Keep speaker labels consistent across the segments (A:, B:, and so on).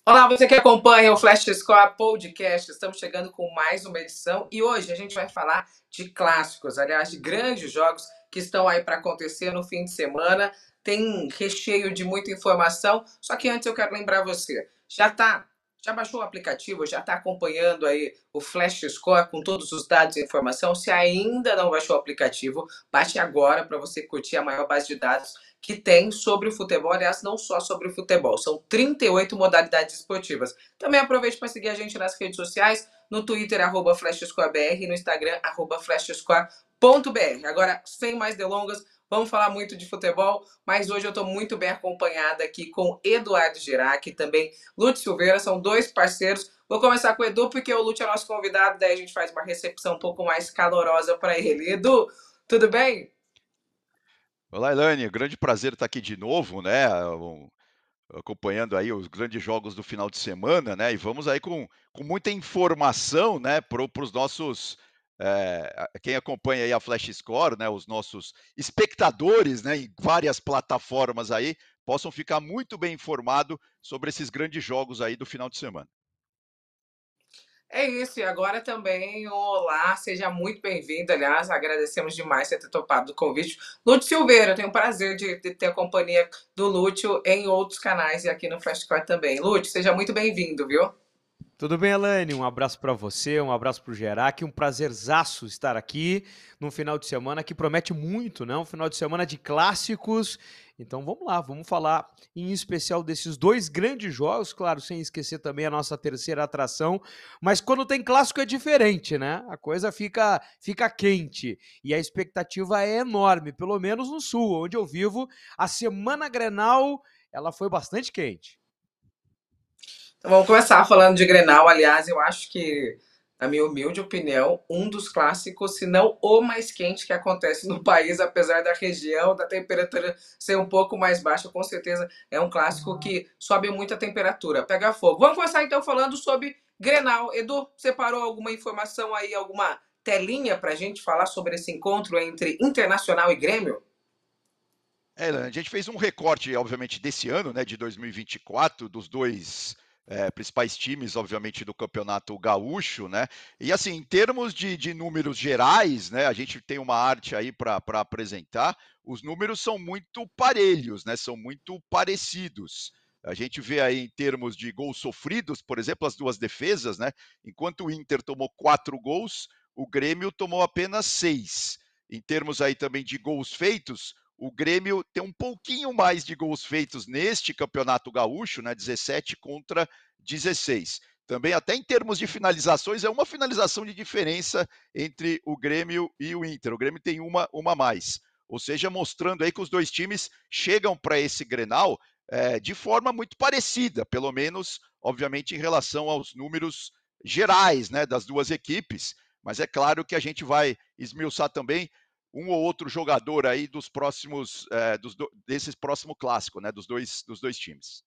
A: Olá, você que acompanha o Flash Score Podcast, estamos chegando com mais uma edição e hoje a gente vai falar de clássicos, aliás, de grandes jogos que estão aí para acontecer no fim de semana. Tem recheio de muita informação, só que antes eu quero lembrar você, já baixou o aplicativo, já está acompanhando aí o Flash Score com todos os dados e informação? Se ainda não baixou o aplicativo, baixe agora para você curtir a maior base de dados que tem sobre o futebol, aliás, não só sobre o futebol, são 38 modalidades esportivas. Também aproveite para seguir a gente nas redes sociais, no Twitter, @FlashScoreBR, e no Instagram, @FlashScore.br. Agora, sem mais delongas, vamos falar muito de futebol, mas hoje eu estou muito bem acompanhada aqui com Eduardo Girac e também Lúcio Silveira, são dois parceiros. Vou começar com o Edu, porque o Lúcio é nosso convidado, daí a gente faz uma recepção um pouco mais calorosa para ele. Edu, tudo bem?
B: Olá, Elaine, grande prazer estar aqui de novo, né? Acompanhando aí os grandes jogos do final de semana, né? E vamos aí com muita informação, né? Para os nossos quem acompanha aí a Flash Score, né? Os nossos espectadores, né? Em várias plataformas aí possam ficar muito bem informados sobre esses grandes jogos aí do final de semana.
A: É isso, e agora também um olá, seja muito bem-vindo. Aliás, agradecemos demais você ter topado o convite. Lúcio Silveira, eu tenho o prazer de ter a companhia do Lúcio em outros canais e aqui no Flashcore também. Lúcio, seja muito bem-vindo, viu?
C: Tudo bem, Elaine? Um abraço para você, um abraço para o Gerac, um prazerzaço estar aqui num final de semana que promete muito, né? Um final de semana de clássicos. Então vamos lá, vamos falar em especial desses dois grandes jogos, claro, sem esquecer também a nossa terceira atração. Mas quando tem clássico é diferente, né? A coisa fica quente e a expectativa é enorme, pelo menos no Sul, onde eu vivo. A semana Grenal, ela foi bastante quente.
A: Então vamos começar falando de Grenal. Aliás, eu acho que, na minha humilde opinião, um dos clássicos, se não o mais quente que acontece no país, apesar da região, da temperatura ser um pouco mais baixa, com certeza é um clássico que sobe muito a temperatura, pega fogo. Vamos começar então falando sobre Grenal. Edu, separou alguma informação aí, alguma telinha para a gente falar sobre esse encontro entre Internacional e Grêmio?
B: A gente fez um recorte, obviamente, desse ano, né, de 2024, dos dois principais times, obviamente, do Campeonato Gaúcho, né? E assim, em termos de números gerais, né, a gente tem uma arte aí para apresentar. Os números são muito parelhos, né? São muito parecidos. A gente vê aí em termos de gols sofridos, por exemplo, as duas defesas, né? Enquanto o Inter tomou 4 gols, o Grêmio tomou apenas 6. Em termos aí também de gols feitos, o Grêmio tem um pouquinho mais de gols feitos neste Campeonato Gaúcho, né, 17 contra 16. Também, até em termos de finalizações, é uma finalização de diferença entre o Grêmio e o Inter. O Grêmio tem uma a mais. Ou seja, mostrando aí que os dois times chegam para esse Grenal de forma muito parecida, pelo menos, obviamente, em relação aos números gerais, né, das duas equipes. Mas é claro que a gente vai esmiuçar também um ou outro jogador aí dos próximos, desses próximo clássico, né, dos dois times.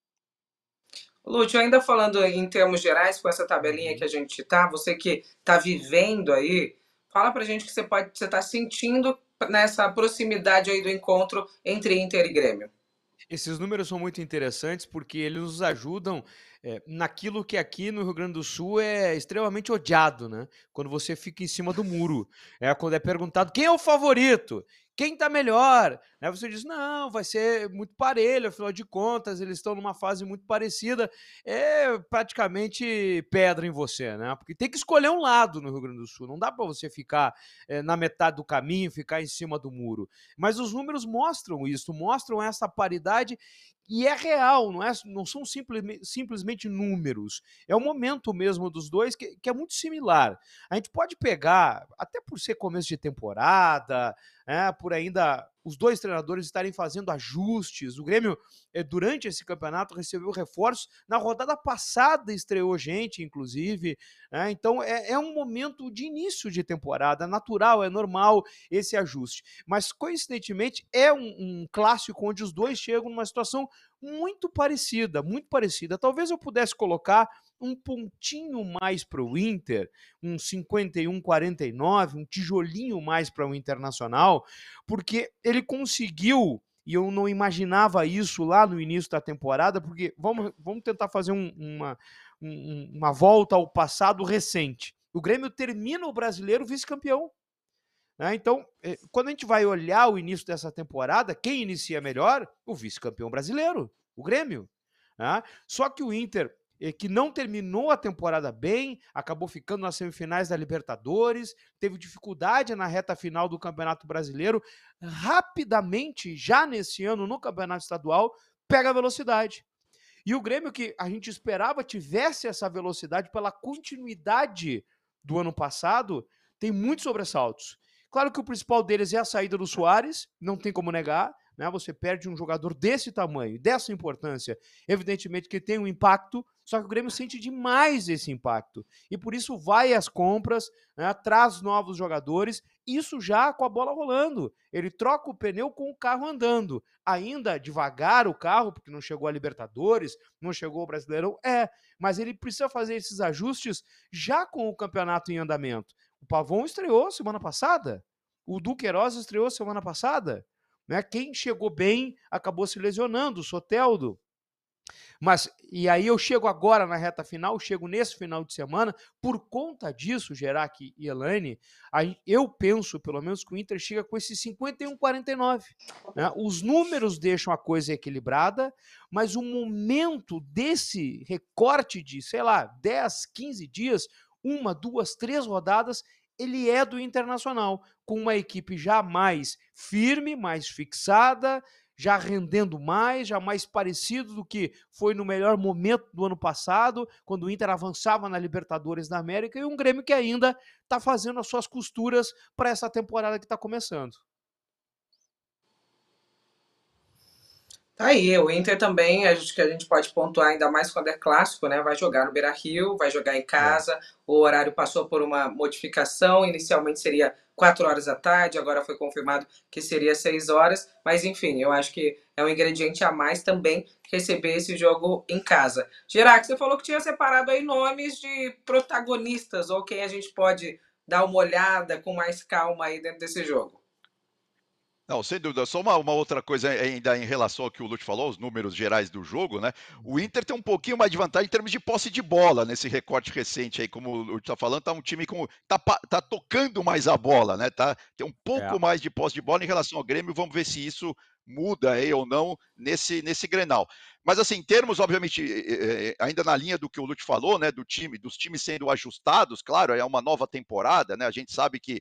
A: Lúcio, ainda falando em termos gerais, com essa tabelinha que a gente tá, você que está vivendo aí, fala pra gente o que você está sentindo nessa proximidade aí do encontro entre Inter e Grêmio.
C: Esses números são muito interessantes porque eles nos ajudam naquilo que aqui no Rio Grande do Sul é extremamente odiado, né? Quando você fica em cima do muro. É quando é perguntado quem é o favorito, quem tá melhor, né? Você diz, não, vai ser muito parelho, afinal de contas, eles estão numa fase muito parecida. É praticamente pedra em você, né? Porque tem que escolher um lado no Rio Grande do Sul. Não dá para você ficar na metade do caminho, ficar em cima do muro. Mas os números mostram isso, mostram essa paridade e é real, não são simplesmente números. É o momento mesmo dos dois que é muito similar. A gente pode pegar, até por ser começo de temporada, por ainda os dois treinadores estarem fazendo ajustes. O Grêmio, durante esse campeonato, recebeu reforços. Na rodada passada estreou gente, inclusive. Então é um momento de início de temporada, natural, é normal esse ajuste. Mas, coincidentemente, é um clássico onde os dois chegam numa situação muito parecida, muito parecida. Talvez eu pudesse colocar um pontinho mais para o Inter, um 51-49, um tijolinho mais para o Internacional, porque ele conseguiu e eu não imaginava isso lá no início da temporada, porque vamos tentar fazer uma volta ao passado recente. O Grêmio termina o Brasileiro vice-campeão. Né? Então, quando a gente vai olhar o início dessa temporada, quem inicia melhor? O vice-campeão brasileiro, o Grêmio. Né? Só que o Inter, que não terminou a temporada bem, acabou ficando nas semifinais da Libertadores, teve dificuldade na reta final do Campeonato Brasileiro, rapidamente, já nesse ano, no Campeonato Estadual, pega a velocidade. E o Grêmio, que a gente esperava tivesse essa velocidade pela continuidade do ano passado, tem muitos sobressaltos. Claro que o principal deles é a saída do Soares, não tem como negar, né? Você perde um jogador desse tamanho, dessa importância, evidentemente que tem um impacto, só que o Grêmio sente demais esse impacto. E por isso vai às compras, né? Traz novos jogadores, isso já com a bola rolando. Ele troca o pneu com o carro andando. Ainda devagar o carro, porque não chegou a Libertadores, não chegou ao Brasileirão, mas ele precisa fazer esses ajustes já com o campeonato em andamento. O Pavon estreou semana passada, o Duqueiroz estreou semana passada, né? Quem chegou bem acabou se lesionando, o Soteldo. Mas, e aí eu chego agora na reta final, chego nesse final de semana, por conta disso, Gerac e Elaine, eu penso, pelo menos, que o Inter chega com esse 51-49. Né? Os números deixam a coisa equilibrada, mas o momento desse recorte de, sei lá, 10, 15 dias, 1, 2, 3 rodadas, ele é do Internacional, com uma equipe já mais firme, mais fixada, já rendendo mais, já mais parecido do que foi no melhor momento do ano passado, quando o Inter avançava na Libertadores da América, e um Grêmio que ainda está fazendo as suas costuras para essa temporada que está começando.
A: Tá aí, o Inter também, acho que a gente pode pontuar ainda mais quando é clássico, né? Vai jogar no Beira-Rio, vai jogar em casa, o horário passou por uma modificação, inicialmente seria 4 horas da tarde, agora foi confirmado que seria 6 horas, mas enfim, eu acho que é um ingrediente a mais também receber esse jogo em casa. Gerac, você falou que tinha separado aí nomes de protagonistas, ou quem a gente pode dar uma olhada com mais calma aí dentro desse jogo.
B: Não, sem dúvida. Só uma outra coisa ainda em relação ao que o Lute falou, os números gerais do jogo, né? O Inter tem um pouquinho mais de vantagem em termos de posse de bola nesse recorte recente aí, como o Lute está falando, tá um time com tá tocando mais a bola, né? Tem um pouco mais de posse de bola em relação ao Grêmio. Vamos ver se isso muda aí ou não nesse Grenal. Mas assim, em termos, obviamente, ainda na linha do que o Lute falou, né? Dos times sendo ajustados, claro, é uma nova temporada, né? A gente sabe que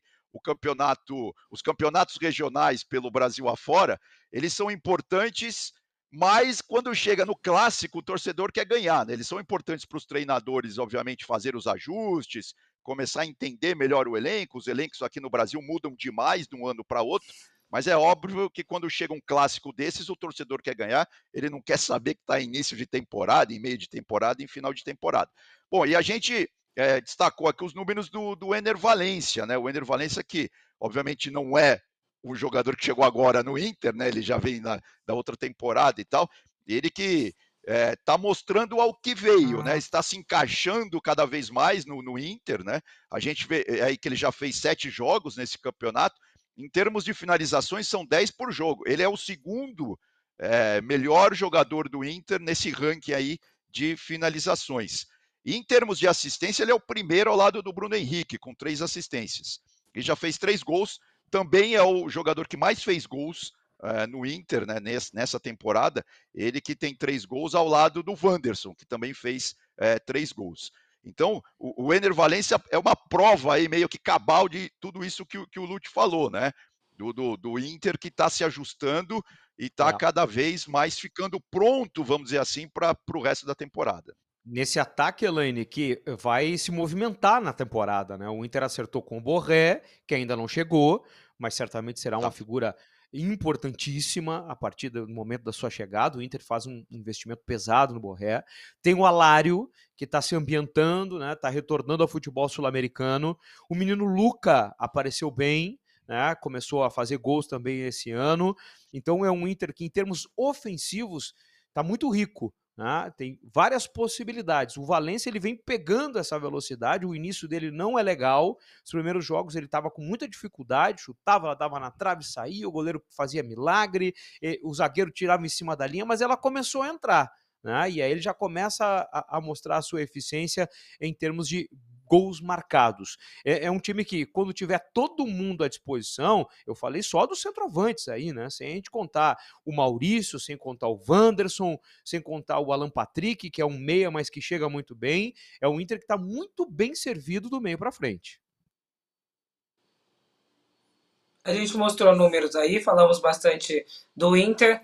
B: os campeonatos regionais pelo Brasil afora, eles são importantes, mas quando chega no clássico, o torcedor quer ganhar, né? Eles são importantes para os treinadores, obviamente, fazer os ajustes, começar a entender melhor o elenco. Os elencos aqui no Brasil mudam demais de um ano para outro, mas é óbvio que quando chega um clássico desses, o torcedor quer ganhar, ele não quer saber que está em início de temporada, em meio de temporada, em final de temporada. Bom, e a gente destacou aqui os números do Ener Valencia, né? O Ener Valencia que, obviamente, não é o jogador que chegou agora no Inter, né? Ele já vem da outra temporada e tal. Ele que está mostrando ao que veio, né? Está se encaixando cada vez mais no Inter, né? A gente vê aí que ele já fez 7 jogos nesse campeonato. Em termos de finalizações, são 10 por jogo. Ele é o segundo melhor jogador do Inter nesse ranking aí de finalizações. E em termos de assistência, ele é o primeiro ao lado do Bruno Henrique, com 3 assistências. Ele já fez 3 gols, também é o jogador que mais fez gols no Inter, né, nessa temporada. Ele que tem 3 gols ao lado do Wanderson, que também fez 3 gols. Então, o Ener Valencia é uma prova aí, meio que cabal de tudo isso que o Lute falou, né? Do Inter que está se ajustando e está cada vez mais ficando pronto, vamos dizer assim, para o resto da temporada.
C: Nesse ataque, Elaine, que vai se movimentar na temporada, né? O Inter acertou com o Borré, que ainda não chegou, mas certamente será uma figura importantíssima a partir do momento da sua chegada. O Inter faz um investimento pesado no Borré. Tem o Alário, que está se ambientando, né? Está retornando ao futebol sul-americano. O menino Luca apareceu bem, né? Começou a fazer gols também esse ano. Então é um Inter que, em termos ofensivos, está muito rico. né? Tem várias possibilidades. O Valencia ele vem pegando essa velocidade, o início dele não é legal. Os primeiros jogos ele estava com muita dificuldade, chutava, dava na trave, saía, o goleiro fazia milagre, o zagueiro tirava em cima da linha, mas ela começou a entrar. Né? E aí ele já começa a mostrar a sua eficiência em termos de gols marcados. É um time que, quando tiver todo mundo à disposição, eu falei só dos centroavantes aí, né? Sem a gente contar o Maurício, sem contar o Wanderson, sem contar o Alan Patrick, que é um meia, mas que chega muito bem. É um Inter que está muito bem servido do meio para frente.
A: A gente mostrou números aí, falamos bastante do Inter.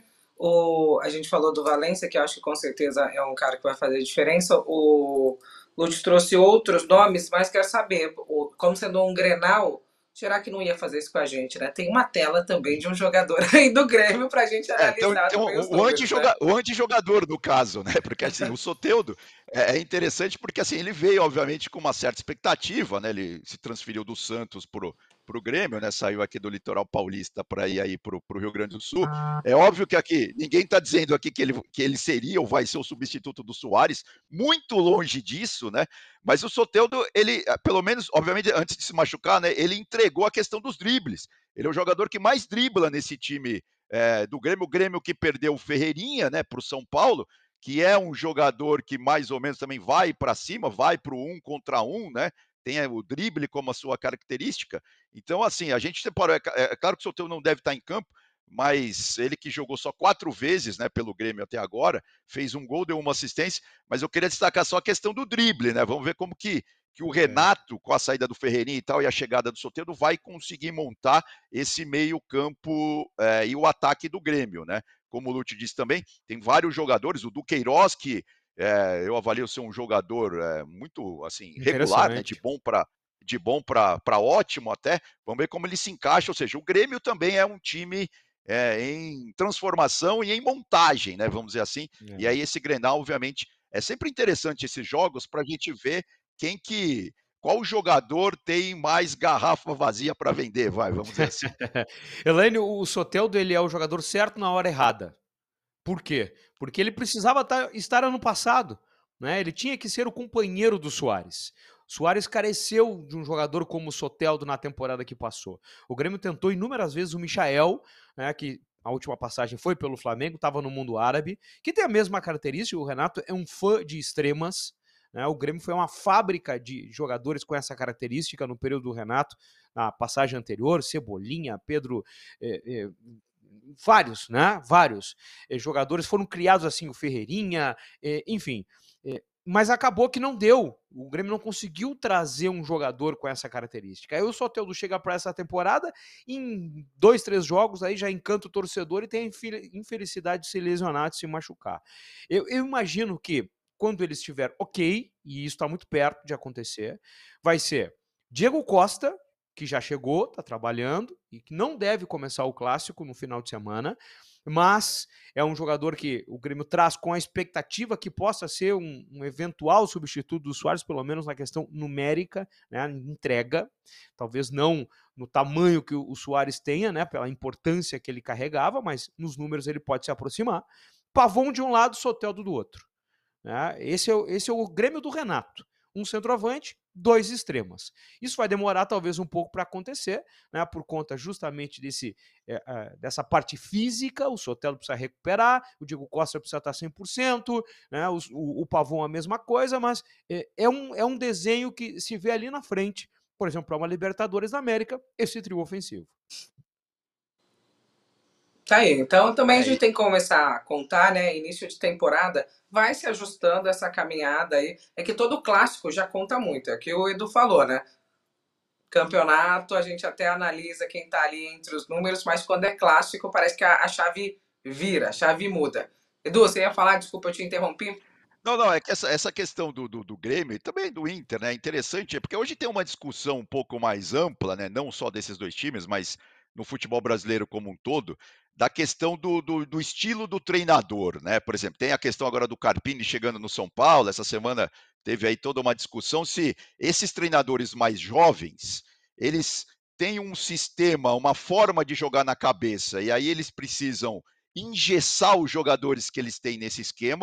A: A gente falou do Valencia, que eu acho que com certeza é um cara que vai fazer diferença. O Lute trouxe outros nomes, mas quero saber, como sendo um Grenal, será que não ia fazer isso com a gente, né? Tem uma tela também de um jogador aí do Grêmio para a gente analisar
B: Então
A: também os números, né?
B: o antijogador, no caso, né? Porque assim, o Soteldo é interessante porque assim, ele veio, obviamente, com uma certa expectativa, né? Ele se transferiu do Santos pro Grêmio, né? Saiu aqui do litoral paulista para ir aí pro Rio Grande do Sul. É óbvio que aqui, ninguém está dizendo aqui que ele seria ou vai ser o substituto do Soares, muito longe disso, né? Mas o Soteldo, ele, pelo menos, obviamente, antes de se machucar, né? Ele entregou a questão dos dribles. Ele é o jogador que mais dribla nesse time do Grêmio, o Grêmio que perdeu o Ferreirinha, né, para o São Paulo, que é um jogador que mais ou menos também vai para cima, vai para o 1 contra 1, né? Tem o drible como a sua característica. Então, assim, a gente separou. É claro que o Soteldo não deve estar em campo, mas ele que jogou só 4 vezes, né, pelo Grêmio até agora, fez um gol, deu uma assistência, mas eu queria destacar só a questão do drible, né? Vamos ver como que o Renato, com a saída do Ferreirinha e tal, e a chegada do Soteldo, vai conseguir montar esse meio-campo e o ataque do Grêmio, né? Como o Lute disse também, tem vários jogadores, o Duqueiroz, que eu avalio ser um jogador muito assim regular, né?
C: Interessante.
B: De bom para ótimo até. Vamos ver como ele se encaixa. Ou seja, o Grêmio também é um time em transformação e em montagem, né? Vamos dizer assim. E
C: É.
B: aí esse Grenal, obviamente, é sempre interessante esses jogos para a gente ver qual jogador tem mais garrafa vazia para vender, vamos dizer assim.
C: Elaine, o Soteldo ele é o jogador certo na hora errada. Por quê? Porque ele precisava estar ano passado, né? Ele tinha que ser o companheiro do Suárez. O Suárez careceu de um jogador como o Soteldo na temporada que passou. O Grêmio tentou inúmeras vezes o Michael, né, que a última passagem foi pelo Flamengo, estava no mundo árabe, que tem a mesma característica. O Renato é um fã de extremas. Né? O Grêmio foi uma fábrica de jogadores com essa característica no período do Renato, na passagem anterior, Cebolinha, Pedro. Vários, né? Vários jogadores foram criados assim, o Ferreirinha, enfim. Mas acabou que não deu. O Grêmio não conseguiu trazer um jogador com essa característica. Aí o Soteldo chega para essa temporada, em 2, 3 jogos, aí já encanta o torcedor e tem a infelicidade de se lesionar, de se machucar. Eu imagino que quando ele estiver ok, e isso está muito perto de acontecer, vai ser Diego Costa, que já chegou, está trabalhando e que não deve começar o clássico no final de semana, mas é um jogador que o Grêmio traz com a expectativa que possa ser um eventual substituto do Suárez, pelo menos na questão numérica, né, entrega, talvez não no tamanho que o Suárez tenha, né, pela importância que ele carregava, mas nos números ele pode se aproximar. Pavon de um lado, Soteldo do outro. Né? Esse é o Grêmio do Renato. Um centroavante, 2 extremas. Isso vai demorar talvez um pouco para acontecer, né, por conta justamente dessa parte física. O Soteldo precisa recuperar, o Diego Costa precisa estar 100%, né, o Pavon a mesma coisa, mas é um desenho que se vê ali na frente, por exemplo, para uma Libertadores da América, esse trio ofensivo.
A: Tá aí. Então também a
B: É,
A: gente tem que começar a contar, né? Início de temporada, vai se ajustando essa caminhada aí. É que todo clássico já conta muito, é o que o Edu falou, né? Campeonato, a gente até analisa quem tá ali entre os números, mas quando é clássico, parece que a chave vira, a chave muda. Edu, você ia falar? Desculpa, eu te interrompi.
B: não, é que essa questão do Grêmio e também do Inter, né, é interessante, porque hoje tem uma discussão um pouco mais ampla, né, não só desses dois times, mas no futebol brasileiro como um todo, da questão do estilo do treinador, né? Por exemplo, tem a questão agora do Carpini chegando no São Paulo, essa semana teve aí toda uma discussão se esses treinadores mais jovens, eles têm um sistema, uma forma de jogar na cabeça, e aí eles precisam engessar os jogadores que eles têm nesse esquema,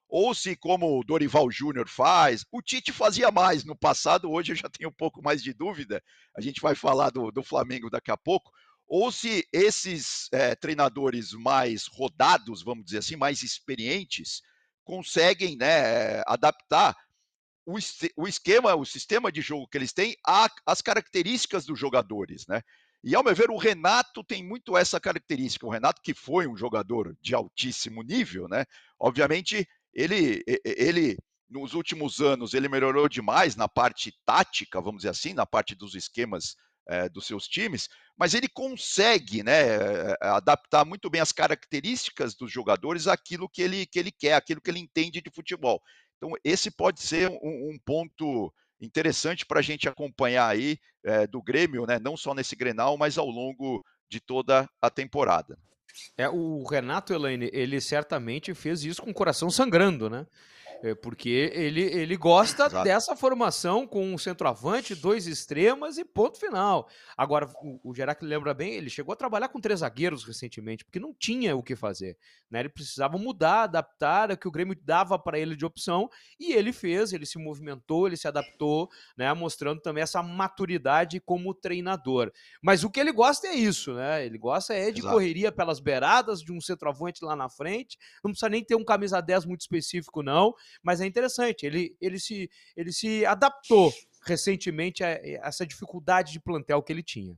B: ou se, como o Dorival Júnior faz, o Tite fazia mais no passado, hoje eu já tenho um pouco mais de dúvida, a gente vai falar do Flamengo daqui a pouco, ou se esses treinadores mais rodados, vamos dizer assim, mais experientes, conseguem, né, adaptar o esquema, o sistema de jogo que eles têm às características dos jogadores, né? E ao meu ver, o Renato tem muito essa característica. O Renato, que foi um jogador de altíssimo nível, né? Obviamente, ele nos últimos anos, ele melhorou demais na parte tática, vamos dizer assim, na parte dos esquemas dos seus times, mas ele consegue, né, adaptar muito bem as características dos jogadores àquilo que ele quer, aquilo que ele entende de futebol. Então, esse pode ser um ponto interessante para a gente acompanhar aí do Grêmio, né? Não só nesse Grenal, mas ao longo de toda a temporada.
C: O Renato, Elaine, ele certamente fez isso com o coração sangrando, né? Porque ele gosta
B: Exato.
C: dessa formação com um centroavante, 2 extremas e ponto final. Agora, o Gerac lembra bem, ele chegou a trabalhar com 3 zagueiros recentemente, porque não tinha o que fazer, né? Ele precisava mudar, adaptar o que o Grêmio dava para ele de opção, e ele fez, ele se movimentou, ele se adaptou, né? Mostrando também essa maturidade como treinador. Mas o que ele gosta é isso, né? Ele gosta de
B: Exato.
C: correria pelas beiradas, de um centroavante lá na frente, não precisa nem ter um camisa 10 muito específico, não, mas é interessante, ele se adaptou recentemente a essa dificuldade de plantel que ele tinha.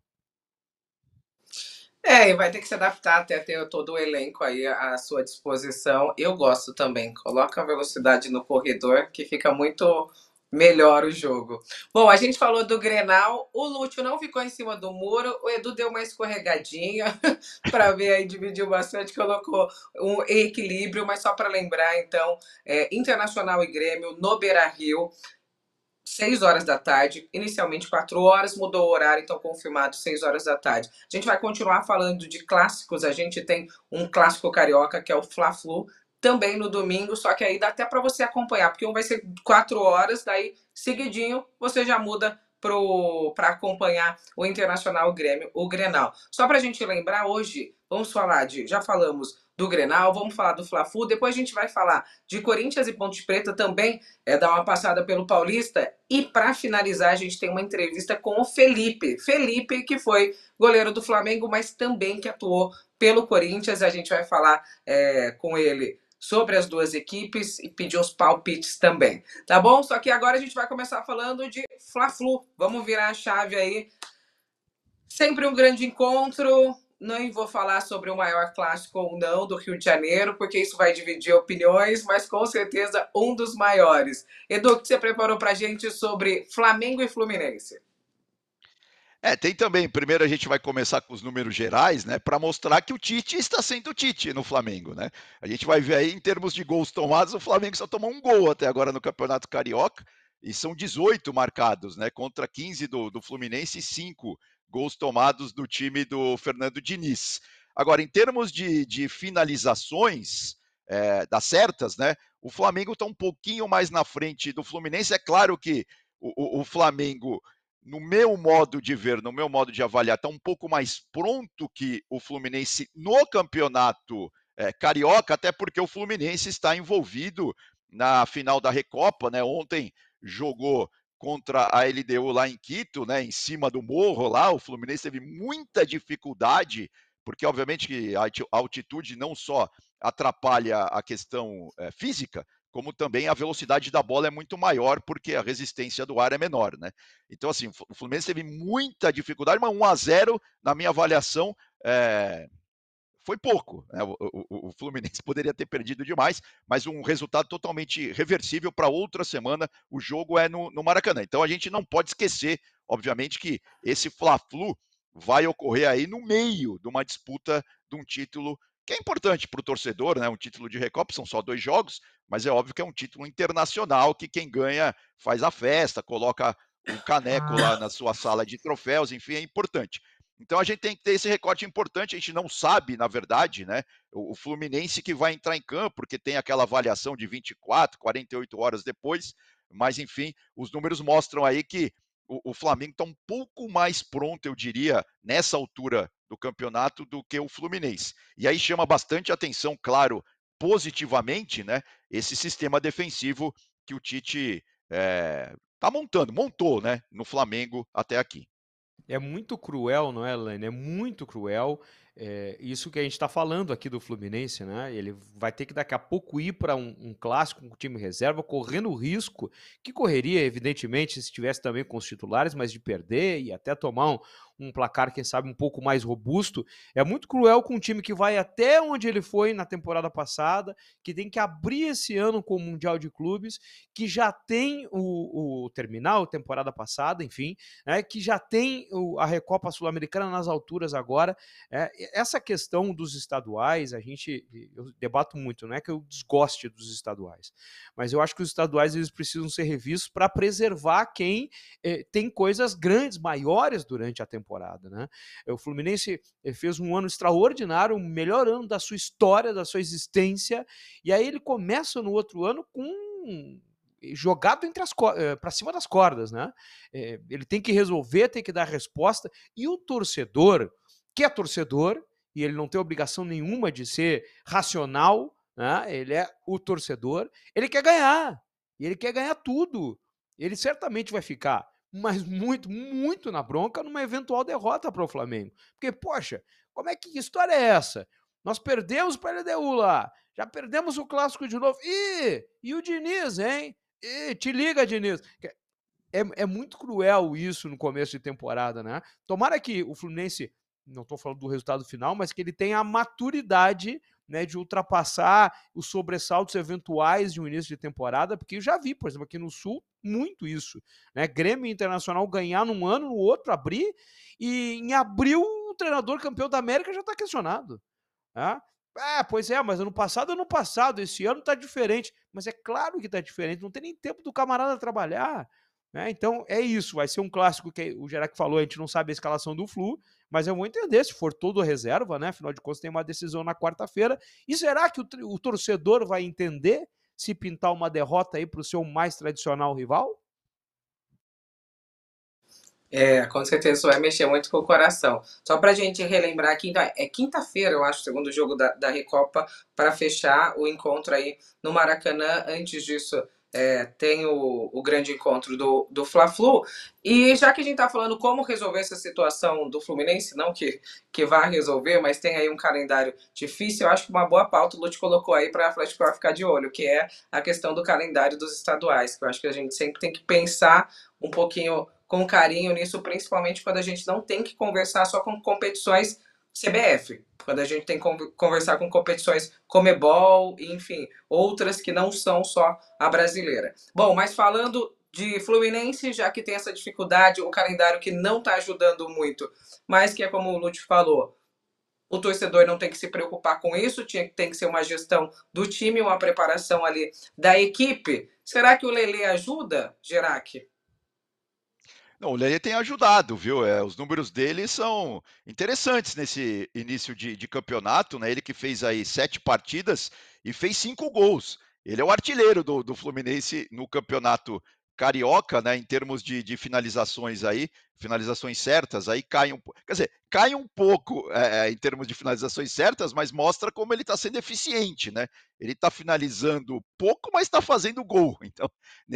A: E vai ter que se adaptar até ter todo o elenco aí à sua disposição. Eu gosto também. Coloca a velocidade no corredor, que fica muito melhor o jogo. Bom, a gente falou do Grenal. O Lúcio não ficou em cima do muro. O Edu deu uma escorregadinha para ver aí, dividiu bastante, colocou um equilíbrio. Mas só para lembrar, então, Internacional e Grêmio no Beira-Rio. 6 horas da tarde, inicialmente 4 horas, mudou o horário, então confirmado 6 horas da tarde. A gente vai continuar falando de clássicos, a gente tem um clássico carioca que é o Fla-Flu, também no domingo, só que aí dá até para você acompanhar, porque um vai ser 4 horas, daí seguidinho você já muda para acompanhar o Internacional, o Grêmio, o Grenal. Só para a gente lembrar, hoje vamos falar já falamos do Grenal, vamos falar do Fla-Flu, depois a gente vai falar de Corinthians e Ponte Preta também, dar uma passada pelo Paulista. E para finalizar, a gente tem uma entrevista com o Felipe. Felipe, que foi goleiro do Flamengo, mas também que atuou pelo Corinthians. A gente vai falar com ele sobre as duas equipes e pedir os palpites também. Tá bom? Só que agora a gente vai começar falando de Fla-Flu. Vamos virar a chave aí. Sempre um grande encontro. Não vou falar sobre o maior clássico ou não do Rio de Janeiro, porque isso vai dividir opiniões, mas com certeza um dos maiores. Edu, o que você preparou para a gente sobre Flamengo e Fluminense?
B: Tem também. Primeiro a gente vai começar com os números gerais, né, para mostrar que o Tite está sendo Tite no Flamengo, né? A gente vai ver aí em termos de gols tomados, o Flamengo só tomou um gol até agora no Campeonato Carioca e são 18 marcados, né, contra 15 do Fluminense e 5 gols tomados do time do Fernando Diniz. Agora, em termos de finalizações das certas, né, o Flamengo está um pouquinho mais na frente do Fluminense. É claro que o Flamengo, no meu modo de ver, no meu modo de avaliar, está um pouco mais pronto que o Fluminense no campeonato carioca, até porque o Fluminense está envolvido na final da Recopa, né? Ontem jogou contra a LDU lá em Quito, né? Em cima do morro lá, o Fluminense teve muita dificuldade, porque obviamente que a altitude não só atrapalha a questão física, como também a velocidade da bola é muito maior, porque a resistência do ar é menor, né? Então, assim, o Fluminense teve muita dificuldade, mas 1-0, na minha avaliação, foi pouco, né? O Fluminense poderia ter perdido demais, mas um resultado totalmente reversível para outra semana. O jogo é no Maracanã. Então a gente não pode esquecer, obviamente, que esse Fla-Flu vai ocorrer aí no meio de uma disputa de um título que é importante para o torcedor, né? Um título de Recopa, são só 2 jogos, mas é óbvio que é um título internacional que quem ganha faz a festa, coloca um caneco lá na sua sala de troféus, enfim, é importante. Então a gente tem que ter esse recorte importante. A gente não sabe, na verdade, né, o Fluminense que vai entrar em campo, porque tem aquela avaliação de 24, 48 horas depois, mas enfim, os números mostram aí que o Flamengo está um pouco mais pronto, eu diria, nessa altura do campeonato do que o Fluminense. E aí chama bastante atenção, claro, positivamente, né, esse sistema defensivo que o Tite montou, né, no Flamengo até aqui.
C: É muito cruel, não é, Elaine? É muito cruel. Isso que a gente está falando aqui do Fluminense, né? Ele vai ter que daqui a pouco ir para um clássico com o time reserva, correndo o risco que correria, evidentemente, se estivesse também com os titulares, mas de perder e até tomar um placar, quem sabe, um pouco mais robusto. É muito cruel com um time que vai até onde ele foi na temporada passada, que tem que abrir esse ano com o Mundial de Clubes, que já tem o terminal, temporada passada, enfim, que já tem a Recopa Sul-Americana nas alturas agora. Essa questão dos estaduais, eu debato muito, não é que eu desgoste dos estaduais, mas eu acho que os estaduais eles precisam ser revistos para preservar quem tem coisas grandes, maiores durante a temporada, né? O Fluminense fez um ano extraordinário, o melhor ano da sua história, da sua existência, e aí ele começa no outro ano com jogado para cima das cordas, né? Ele tem que resolver, tem que dar resposta, e o torcedor, que é torcedor, e ele não tem obrigação nenhuma de ser racional, né? Ele é o torcedor, ele quer ganhar, e ele quer ganhar tudo. Ele certamente vai ficar, mas muito, muito na bronca numa eventual derrota para o Flamengo. Porque, poxa, como é que história é essa? Nós perdemos para a LDU lá, já perdemos o clássico de novo. E o Diniz, hein? Te liga, Diniz. É muito cruel isso no começo de temporada, né? Tomara que o Fluminense, não estou falando do resultado final, mas que ele tenha a maturidade, né, de ultrapassar os sobressaltos eventuais de um início de temporada, porque eu já vi, por exemplo, aqui no Sul, muito isso. Né? Grêmio e Internacional ganhar num ano, no outro abrir, e em abril o treinador campeão da América já está questionado. Né? Pois é, mas ano passado, esse ano tá diferente. Mas é claro que tá diferente, não tem nem tempo do camarada trabalhar. Né? Então é isso, vai ser um clássico que o Gerac falou, a gente não sabe a escalação do Flu, mas eu vou entender se for todo reserva, né? Afinal de contas tem uma decisão na quarta-feira. E será que o torcedor vai entender se pintar uma derrota aí para o seu mais tradicional rival?
A: Com certeza isso vai mexer muito com o coração. Só pra gente relembrar, quinta-feira, eu acho, o segundo jogo da Recopa, para fechar o encontro aí no Maracanã. Antes disso, tem o grande encontro do Fla-Flu. E já que a gente tá falando como resolver essa situação do Fluminense, não que vá resolver, mas tem aí um calendário difícil, eu acho que uma boa pauta o Lute colocou aí para a Flashcore ficar de olho, que é a questão do calendário dos estaduais, que eu acho que a gente sempre tem que pensar um pouquinho com carinho nisso, principalmente quando a gente não tem que conversar só com competições CBF, quando a gente tem que conversar com competições Comebol, enfim, outras que não são só a brasileira. Bom, mas falando de Fluminense, já que tem essa dificuldade, o calendário que não está ajudando muito, mas que é como o Lute falou, o torcedor não tem que se preocupar com isso, tem que ser uma gestão do time, uma preparação ali da equipe. Será que o Lelê ajuda, Gerac?
B: Não, o Lelê tem ajudado, viu? Os números dele são interessantes nesse início de campeonato, né? Ele que fez aí 7 partidas e fez 5 gols. Ele é o artilheiro do Fluminense no campeonato carioca, né? Em termos de finalizações aí, finalizações certas, aí cai um pouco. Quer dizer, cai um pouco em termos de finalizações certas, mas mostra como ele está sendo eficiente, né? Ele está finalizando pouco, mas está fazendo gol. Então,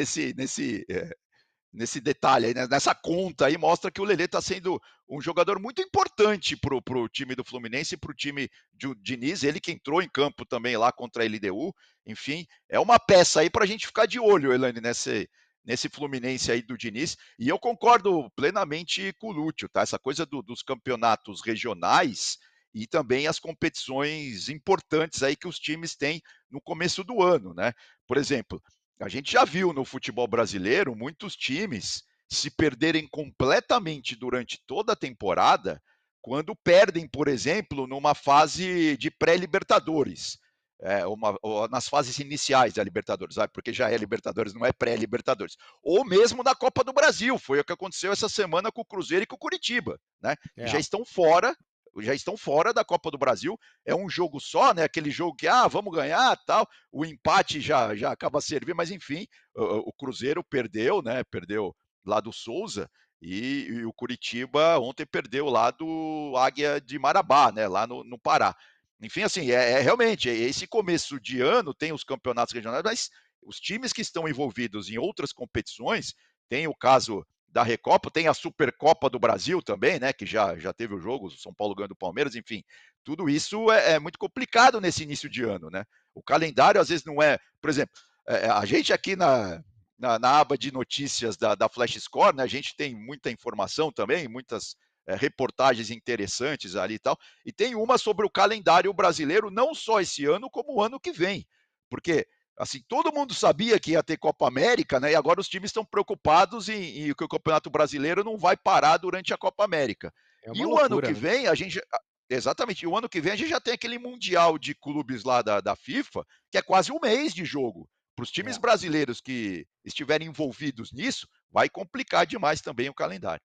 B: nesse detalhe aí, né? Nessa conta aí, mostra que o Lelê está sendo um jogador muito importante para o time do Fluminense e para o time de Diniz, ele que entrou em campo também lá contra a LDU, enfim, é uma peça aí para a gente ficar de olho, Elane, nesse Fluminense aí do Diniz, e eu concordo plenamente com o Lúcio, tá? Essa coisa dos campeonatos regionais e também as competições importantes aí que os times têm no começo do ano, né? Por exemplo, a gente já viu no futebol brasileiro muitos times se perderem completamente durante toda a temporada quando perdem, por exemplo, numa fase de pré-Libertadores. Ou nas fases iniciais da Libertadores, sabe? Porque já é Libertadores, não é pré-Libertadores. Ou mesmo na Copa do Brasil, foi o que aconteceu essa semana com o Cruzeiro e com o Curitiba, né? Que já estão fora da Copa do Brasil. É um jogo só, né? Aquele jogo que, vamos ganhar, tal. O empate já acaba servindo, mas enfim, o Cruzeiro perdeu, né? Perdeu lá do Souza e o Curitiba ontem perdeu lá do Águia de Marabá, né? Lá no Pará. Enfim, assim, realmente, esse começo de ano tem os campeonatos regionais, mas os times que estão envolvidos em outras competições, tem o caso da Recopa, tem a Supercopa do Brasil também, né, que já teve o jogo, o São Paulo ganhando do Palmeiras, enfim, tudo isso é muito complicado nesse início de ano, né? O calendário às vezes não é, por exemplo, a gente aqui na aba de notícias da Flash Score, né, a gente tem muita informação também, muitas reportagens interessantes ali e tal, e tem uma sobre o calendário brasileiro, não só esse ano, como o ano que vem. Porque, assim, todo mundo sabia que ia ter Copa América, né? E agora os times estão preocupados em que o Campeonato Brasileiro não vai parar durante a Copa América.
C: É
B: E
C: uma
B: o ano
C: loucura,
B: que
C: né?
B: vem, a gente. Exatamente, e o ano que vem a gente já tem aquele Mundial de Clubes lá da FIFA, que é quase um mês de jogo. Para os times
C: É.
B: brasileiros que estiverem envolvidos nisso, vai complicar demais também o calendário.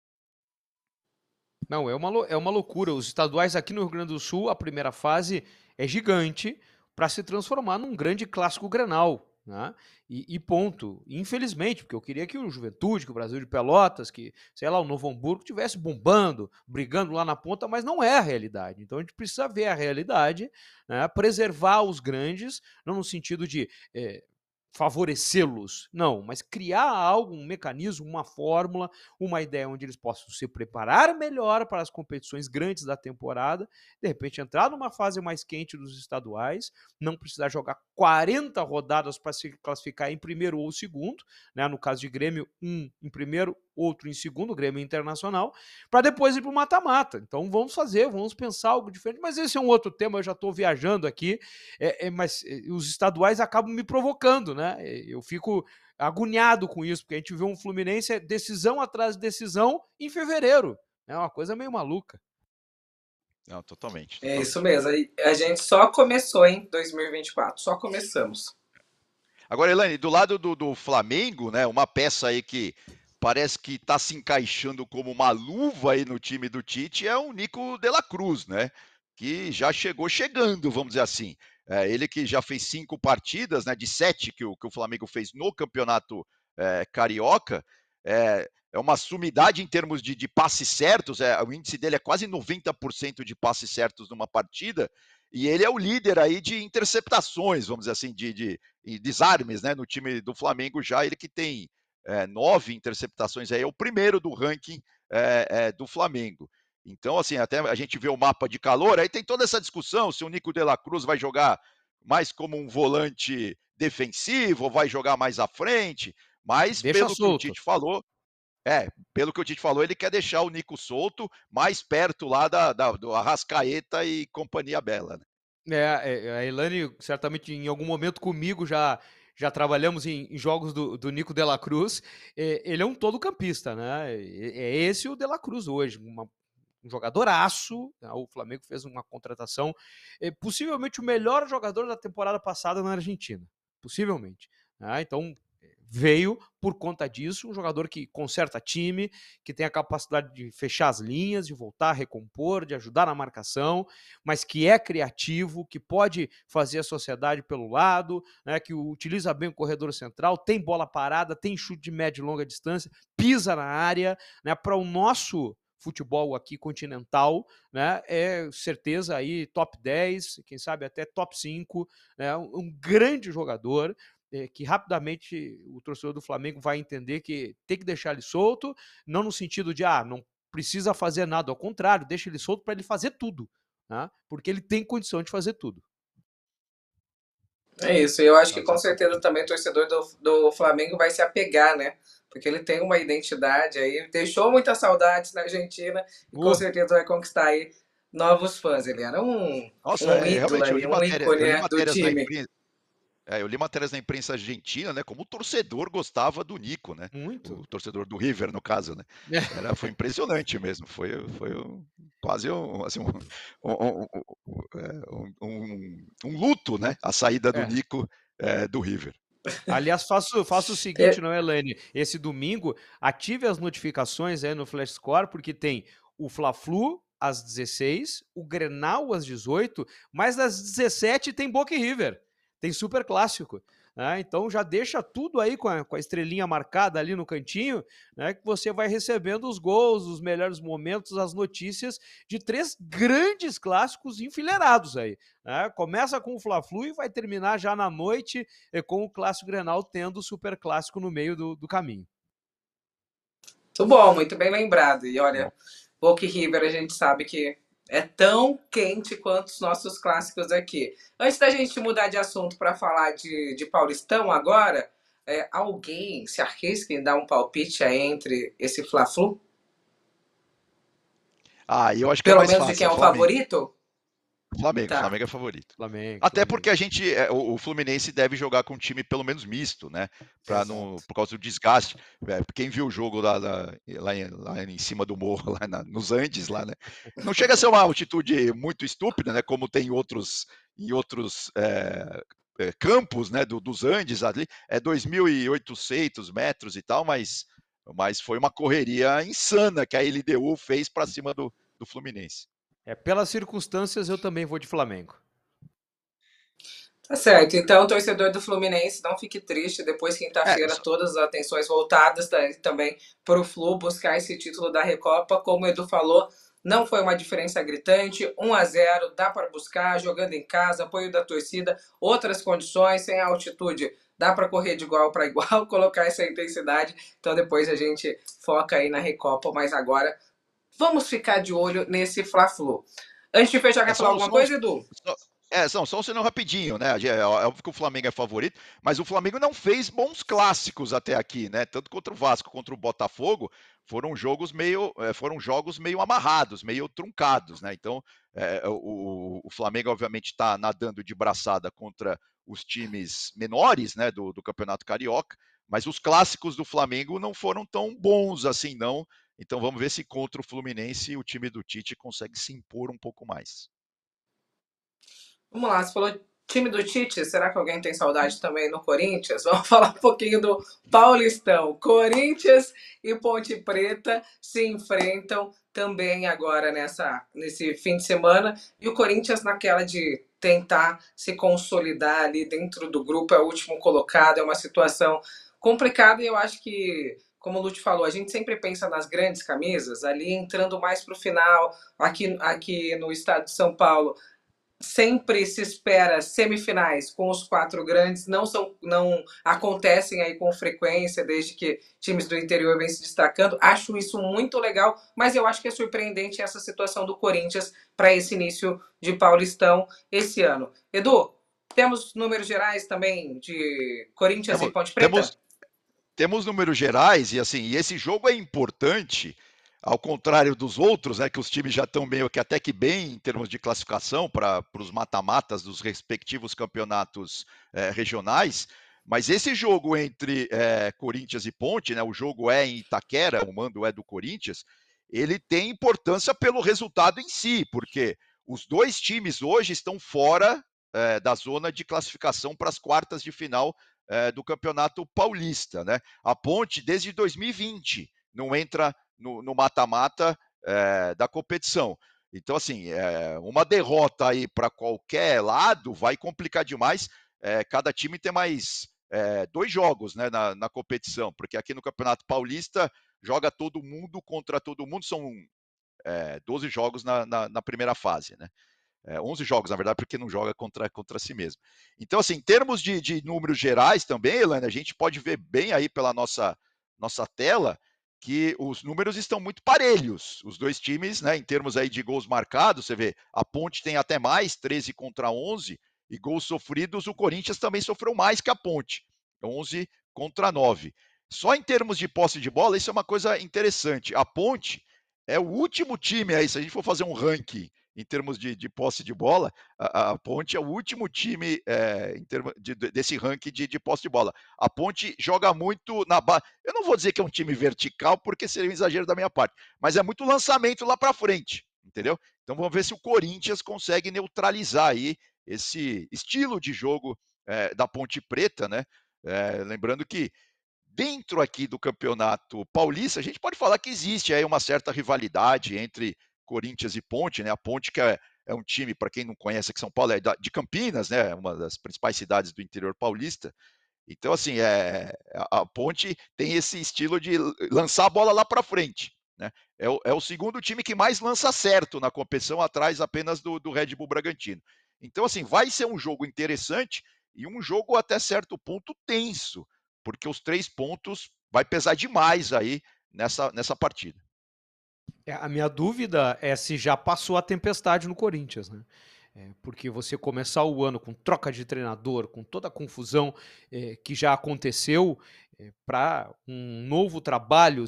C: Não, é uma loucura. Os estaduais aqui no Rio Grande do Sul, a primeira fase é gigante para se transformar num grande clássico Grenal, né? E ponto. Infelizmente, porque eu queria que o Juventude, que o Brasil de Pelotas, que, sei lá, o Novo Hamburgo tivesse bombando, brigando lá na ponta, mas não é a realidade. Então a gente precisa ver a realidade, né? Preservar os grandes, não no sentido de favorecê-los, não, mas criar algo, um mecanismo, uma fórmula, uma ideia onde eles possam se preparar melhor para as competições grandes da temporada, de repente entrar numa fase mais quente dos estaduais, não precisar jogar 40 rodadas para se classificar em primeiro ou segundo, né? No caso de Grêmio, um em primeiro, outro em segundo, Grêmio Internacional, para depois ir para o mata-mata. Então vamos pensar algo diferente, mas esse é um outro tema, eu já estou viajando aqui, mas os estaduais acabam me provocando, né? Eu fico agoniado com isso, porque a gente vê um Fluminense decisão atrás de decisão em fevereiro. É uma coisa meio maluca.
B: Não, totalmente,
A: É isso
B: totalmente.
A: mesmo. A gente só começou em 2024, só começamos.
B: Agora, Elaine, do lado do Flamengo, né, uma peça aí que parece que está se encaixando como uma luva aí no time do Tite é o Nico de la Cruz, né? Que já chegou chegando, vamos dizer assim. Ele que já fez 5 partidas, né, de 7 que o Flamengo fez no campeonato carioca, é uma sumidade em termos de passes certos, o índice dele é quase 90% de passes certos numa partida, e ele é o líder aí de interceptações, vamos dizer assim, de desarmes, né, no time do Flamengo já, ele que tem 9 interceptações, aí é o primeiro do ranking do Flamengo. Então, assim, até a gente vê o mapa de calor, aí tem toda essa discussão se o Nico de la Cruz vai jogar mais como um volante defensivo ou vai jogar mais à frente, mas
C: Deixa
B: pelo que o
C: solto.
B: Tite falou, ele quer deixar o Nico solto, mais perto lá do Arrascaeta e companhia bela, né?
C: A Elane, certamente em algum momento comigo já trabalhamos em jogos do Nico de la Cruz. Ele é um todo-campista, né? É esse o de la Cruz hoje, um jogadoraço, né? O Flamengo fez uma contratação, possivelmente o melhor jogador da temporada passada na Argentina, possivelmente, né? Então veio por conta disso, um jogador que conserta time, que tem a capacidade de fechar as linhas, de voltar a recompor, de ajudar na marcação, mas que é criativo, que pode fazer a sociedade pelo lado, né, que utiliza bem o corredor central, tem bola parada, tem chute de média e longa distância, pisa na área, né, para o nosso futebol aqui continental, né, é certeza aí top 10, quem sabe até top 5, né, um grande jogador, que rapidamente o torcedor do Flamengo vai entender que tem que deixar ele solto, não no sentido de, não precisa fazer nada, ao contrário, deixa ele solto para ele fazer tudo, né, porque ele tem condição de fazer tudo.
A: É isso, e eu acho que com certeza
B: Exatamente.
A: também o torcedor do Flamengo vai se apegar, né? Porque ele tem uma identidade aí, deixou muitas saudades na Argentina e com certeza vai conquistar aí novos fãs. Ele era
B: Nossa,
A: um ídolo
B: realmente,
A: aí, um ícone,
B: eu li
A: né, do
B: matérias na
A: time.
B: imprensa. Eu li matérias na imprensa argentina, né? Como o torcedor gostava do Nico, né?
C: Muito.
B: O torcedor do River, no caso, né? Foi impressionante mesmo. Foi quase assim, um luto, né? A saída do
C: É.
B: Nico do River.
C: Aliás, faço o seguinte,
A: É,
C: não é, Elaine? Esse domingo, ative as notificações aí no Flash Score, porque tem o Fla-Flu às 16, o Grenal às 18, mas às 17 tem Boca e River. Tem Super Clássico. né? Então já deixa tudo aí com a estrelinha marcada ali no cantinho, né? Que você vai recebendo os gols, os melhores momentos, as notícias de 3 grandes clássicos enfileirados aí, né? Começa com o Fla-Flu e vai terminar já na noite com o Clássico Grenal tendo o Super Clássico no meio do caminho.
A: Muito bom, muito bem lembrado. E
B: Bom,
A: olha, Boca e River a gente sabe que é tão quente quanto os nossos clássicos aqui. Antes da gente mudar de assunto para falar de Paulistão agora, alguém se arrisca em dar um palpite aí entre esse Fla-Flu?
B: eu acho que é
A: Pelo
B: mais
A: menos de quem
B: fácil,
A: é
B: é
A: o
B: Flamengo.
A: favorito?
B: Flamengo,
A: Tá,
B: Flamengo é favorito.
C: Flamengo,
B: Até
C: Flamengo.
B: porque a gente, o Fluminense deve jogar com um time pelo menos misto, né? Para não,
A: exato.
B: por causa do desgaste. Quem viu o jogo lá em cima do morro, nos Andes, lá, né? Não chega a ser uma altitude muito estúpida, né? Como tem em outros campos, né? Dos Andes ali, é 2.800 metros e tal, mas foi uma correria insana que a LDU fez para cima do Fluminense.
C: Pelas circunstâncias, eu também vou de Flamengo.
A: Tá certo. Então, torcedor do Fluminense, não fique triste. Depois,
B: É,
A: quinta-feira, todas as atenções voltadas também para o Flu buscar esse título da Recopa. Como o Edu falou, não foi uma diferença gritante. 1-0, dá para buscar, jogando em casa, apoio da torcida, outras condições, sem altitude. Dá para correr de igual para igual, colocar essa intensidade. Então, depois a gente foca aí na Recopa. Mas agora, vamos ficar de olho nesse Fla-Flu. Antes de fechar,
B: É
A: quer falar
B: só,
A: alguma
B: só,
A: coisa, Edu?
B: só um sinal rapidinho, né? É óbvio que o Flamengo é favorito, mas o Flamengo não fez bons clássicos até aqui, né? Tanto contra o Vasco contra o Botafogo foram jogos meio amarrados, meio truncados, né? Então o Flamengo obviamente está nadando de braçada contra os times menores, né? Do Campeonato Carioca, mas os clássicos do Flamengo não foram tão bons assim, não. Então vamos ver se contra o Fluminense o time do Tite consegue se impor um pouco mais.
A: Vamos lá, você falou time do Tite, será que alguém tem saudade também no Corinthians? Vamos falar um pouquinho do Paulistão. Corinthians e Ponte Preta se enfrentam também agora nesse fim de semana. E o Corinthians naquela de tentar se consolidar ali dentro do grupo, é o último colocado, é uma situação complicada e eu acho que, como o Lute falou, a gente sempre pensa nas grandes camisas, ali entrando mais para o final, aqui no estado de São Paulo sempre se espera semifinais com os 4 grandes, não acontecem aí com frequência desde que times do interior vêm se destacando. Acho isso muito legal, mas eu acho que é surpreendente essa situação do Corinthians para esse início de Paulistão esse ano. Edu, temos números gerais também de Corinthians e
B: Temos,
A: Ponte Preta?
B: temos, temos números gerais e assim, e esse jogo é importante, ao contrário dos outros, né, que os times já estão meio que até que bem em termos de classificação para os mata-matas dos respectivos campeonatos regionais. Mas esse jogo entre Corinthians e Ponte, né, o jogo é em Itaquera, o mando é do Corinthians, ele tem importância pelo resultado em si, porque os dois times hoje estão fora da zona de classificação para as quartas de final do Campeonato Paulista, né? A Ponte, desde 2020, não entra no mata-mata da competição. Então, assim, uma derrota aí para qualquer lado vai complicar demais. Cada time tem mais 2 jogos, né, na competição, porque aqui no Campeonato Paulista joga todo mundo contra todo mundo, são 12 jogos na primeira fase, né? 11 jogos, na verdade, porque não joga contra si mesmo. Então, assim, em termos de números gerais também, Elaine, a gente pode ver bem aí pela nossa tela que os números estão muito parelhos. Os dois times, né, em termos aí de gols marcados, você vê, a Ponte tem até mais, 13 contra 11, e gols sofridos, o Corinthians também sofreu mais que a Ponte, 11 contra 9. Só em termos de posse de bola, isso é uma coisa interessante. A Ponte é o último time aí, se a gente for fazer um ranking em termos de posse de bola, a Ponte é o último time em termos desse ranking de posse de bola. A Ponte joga muito na base. Eu não vou dizer que é um time vertical, porque seria um exagero da minha parte, mas é muito lançamento lá para frente, entendeu? Então vamos ver se o Corinthians consegue neutralizar aí esse estilo de jogo da Ponte Preta, né? Lembrando que dentro aqui do Campeonato Paulista, a gente pode falar que existe aí uma certa rivalidade entre Corinthians e Ponte, né? A Ponte que é um time, para quem não conhece aqui São Paulo, é de Campinas, né? Uma das principais cidades do interior paulista. Então, assim, a Ponte tem esse estilo de lançar a bola lá para frente, né? É o segundo time que mais lança certo na competição, atrás apenas do Red Bull Bragantino. Então, assim, vai ser um jogo interessante e um jogo até certo ponto tenso, porque os 3 pontos vai pesar demais aí nessa partida.
C: A minha dúvida é se já passou a tempestade no Corinthians, né? Porque você começar o ano com troca de treinador, com toda a confusão que já aconteceu, para um novo trabalho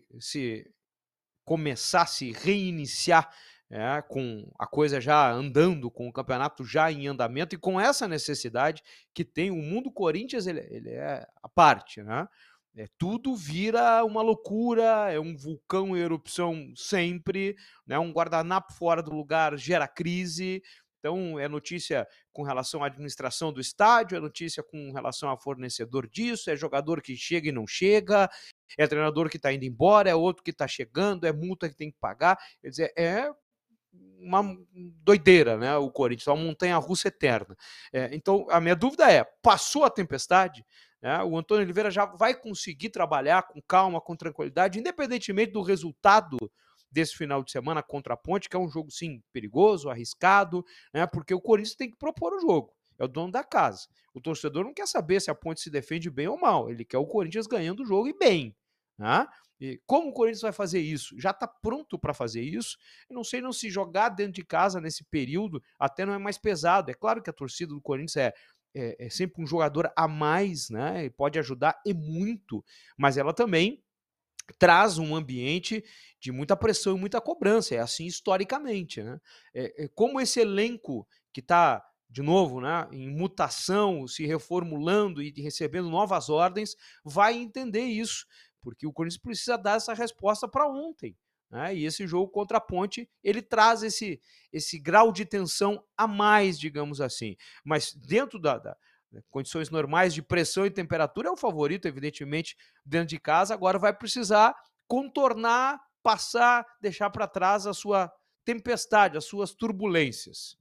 C: se começar a se reiniciar, com a coisa já andando, com o campeonato já em andamento e com essa necessidade que tem o mundo Corinthians, ele é a parte, né? Tudo vira uma loucura, é um vulcão em erupção sempre, né? Um guardanapo fora do lugar gera crise. Então, é notícia com relação à administração do estádio, é notícia com relação a fornecedor disso, é jogador que chega e não chega, é treinador que está indo embora, é outro que está chegando, é multa que tem que pagar. Quer dizer, é uma doideira, né? O Corinthians, uma montanha-russa eterna. Então, a minha dúvida é: passou a tempestade? Né? O Antônio Oliveira já vai conseguir trabalhar com calma, com tranquilidade, independentemente do resultado desse final de semana contra a Ponte, que é um jogo, sim, perigoso, arriscado, né? Porque o Corinthians tem que propor o jogo. É o dono da casa. O torcedor não quer saber se a Ponte se defende bem ou mal. Ele quer o Corinthians ganhando o jogo e bem. Né? E como o Corinthians vai fazer isso? Já está pronto para fazer isso? Eu não sei não se jogar dentro de casa nesse período até não é mais pesado. É claro que a torcida do Corinthians é sempre um jogador a mais, né? E pode ajudar e muito, mas ela também traz um ambiente de muita pressão e muita cobrança. É assim historicamente, né? Como esse elenco que está de novo, né, em mutação, se reformulando e recebendo novas ordens, vai entender isso, porque o Corinthians precisa dar essa resposta para ontem. Né? E esse jogo contra a Ponte, ele traz esse grau de tensão a mais, digamos assim. Mas dentro da condições normais de pressão e temperatura, é o favorito, evidentemente, dentro de casa. Agora vai precisar contornar, passar, deixar para trás a sua tempestade, as suas turbulências.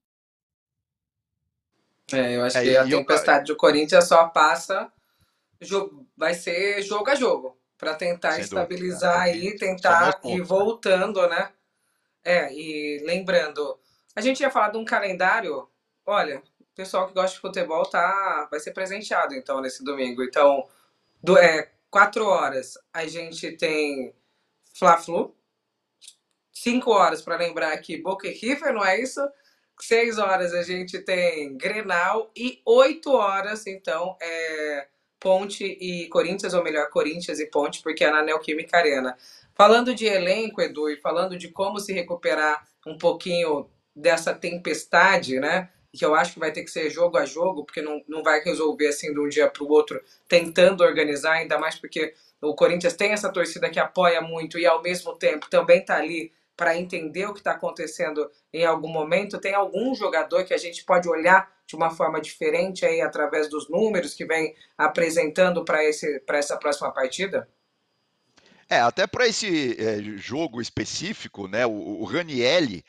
A: Eu acho que a tempestade do Corinthians só passa, vai ser jogo a jogo, para tentar estabilizar aí, tentar ir voltando, né? E lembrando, a gente ia falar de um calendário, olha, o pessoal que gosta de futebol vai ser presenteado então nesse domingo. Então, 4 horas a gente tem Fla-Flu, 5 horas para lembrar aqui Boca e River, não é isso? 6 horas a gente tem Grenal e 8 horas, então, Ponte e Corinthians, ou melhor, Corinthians e Ponte, porque é na Neoquímica Arena. Falando de elenco, Edu, e falando de como se recuperar um pouquinho dessa tempestade, né? Que eu acho que vai ter que ser jogo a jogo, porque não vai resolver assim de um dia para o outro, tentando organizar, ainda mais porque o Corinthians tem essa torcida que apoia muito e ao mesmo tempo também está ali para entender o que está acontecendo em algum momento. Tem algum jogador que a gente pode olhar de uma forma diferente aí através dos números que vem apresentando para essa próxima partida?
B: Até para esse jogo específico, né? O Ranielli,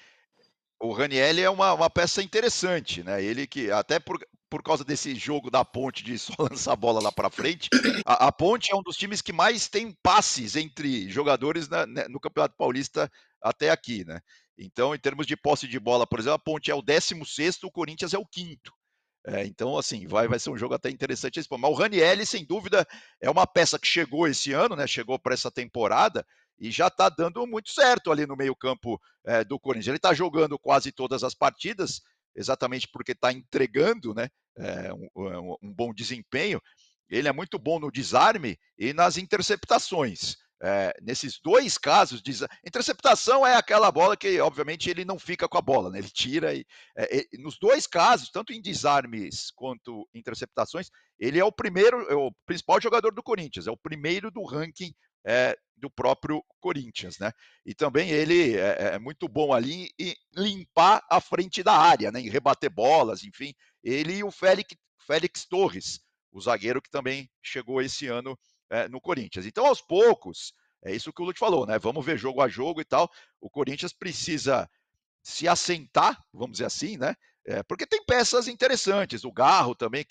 B: é uma peça interessante, né? Ele que até por causa desse jogo da Ponte de só lançar a bola lá para frente, a Ponte é um dos times que mais tem passes entre jogadores no Campeonato Paulista até aqui, né? Então, em termos de posse de bola, por exemplo, a Ponte é o 16º, o Corinthians é o 5º. Então, assim, vai ser um jogo até interessante. Mas o Ranielli, sem dúvida, é uma peça que chegou esse ano, né? Chegou para essa temporada e já está dando muito certo ali no meio-campo do Corinthians. Ele está jogando quase todas as partidas, exatamente porque está entregando, né? Um bom desempenho. Ele é muito bom no desarme e nas interceptações. Nesses dois casos, interceptação é aquela bola que, obviamente, ele não fica com a bola, né? Ele tira nos dois casos, tanto em desarmes quanto interceptações, ele é o principal jogador do Corinthians, é o primeiro do ranking do próprio Corinthians, né? E também ele é muito bom ali em limpar a frente da área, né? Em rebater bolas, enfim. Ele e o Félix Torres, o zagueiro que também chegou esse ano no Corinthians. Então, aos poucos, é isso que o Lute falou, né? Vamos ver jogo a jogo e tal. O Corinthians precisa se assentar, vamos dizer assim, né? Porque tem peças interessantes. O Garro também, que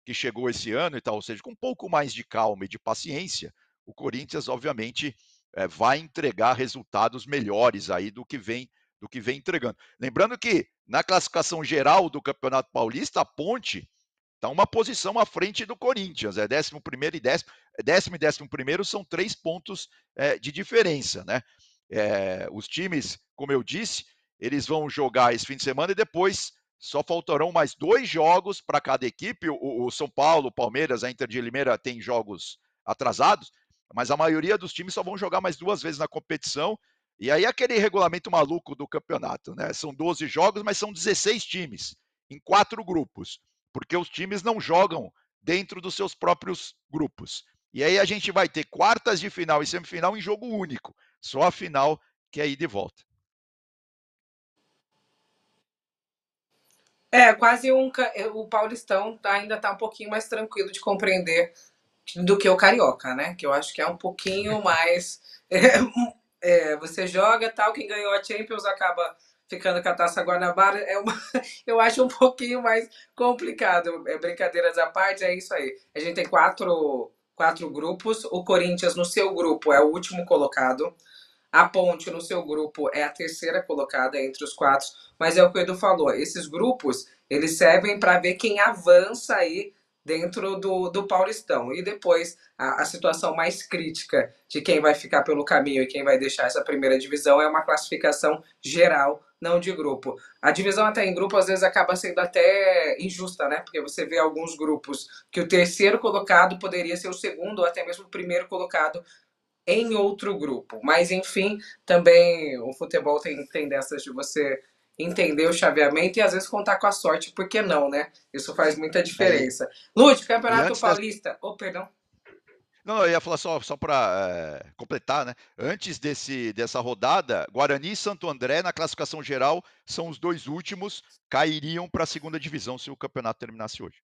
B: que chegou esse ano e tal, ou seja, com um pouco mais de calma e de paciência, o Corinthians, obviamente, vai entregar resultados melhores aí do que vem entregando. Lembrando que na classificação geral do Campeonato Paulista, a Ponte está uma posição à frente do Corinthians, é 11º e décimo e 11º são 3 pontos de diferença, né? Os times, como eu disse, eles vão jogar esse fim de semana e depois só faltarão mais 2 jogos para cada equipe. O São Paulo, o Palmeiras, a Inter de Limeira tem jogos atrasados, mas a maioria dos times só vão jogar mais 2 vezes na competição. E aí aquele regulamento maluco do campeonato, né? São 12 jogos, mas são 16 times em 4 grupos, porque os times não jogam dentro dos seus próprios grupos. E aí a gente vai ter quartas de final e semifinal em jogo único. Só a final que é ida e volta.
A: Quase o Paulistão ainda está um pouquinho mais tranquilo de compreender do que o Carioca, né? Que eu acho que é um pouquinho mais. Você joga tal, quem ganhou a Champions acaba ficando com a Taça Guanabara. Eu acho um pouquinho mais complicado. Brincadeiras à parte, é isso aí. A gente tem quatro grupos. O Corinthians, no seu grupo, é o último colocado. A Ponte, no seu grupo, é a terceira colocada entre os 4. Mas é o que o Edu falou. Esses grupos, eles servem para ver quem avança aí dentro do Paulistão. E depois, a situação mais crítica de quem vai ficar pelo caminho e quem vai deixar essa primeira divisão é uma classificação geral, não de grupo. A divisão até em grupo, às vezes, acaba sendo até injusta, né? Porque você vê alguns grupos que o terceiro colocado poderia ser o segundo ou até mesmo o primeiro colocado em outro grupo. Mas, enfim, também o futebol tem dessas de você entender o chaveamento e às vezes contar com a sorte, por que não, né? Isso faz muita
B: E,
A: diferença. Lúcio,
B: e
A: Campeonato
B: antes dessa.
A: Paulista. Oh, perdão.
B: Não, eu ia falar só para completar, né? Antes dessa rodada, Guarani e Santo André, na classificação geral, são os 2 últimos, cairiam para a segunda divisão se o campeonato terminasse hoje.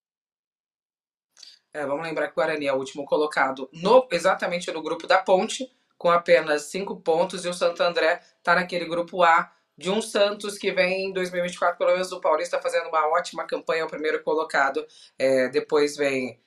A: Vamos lembrar que o Guarani é o último colocado exatamente no grupo da Ponte, com apenas 5 pontos, e o Santo André está naquele grupo A de um Santos que vem em 2024, pelo menos o Paulista, fazendo uma ótima campanha, é o primeiro colocado. Depois vem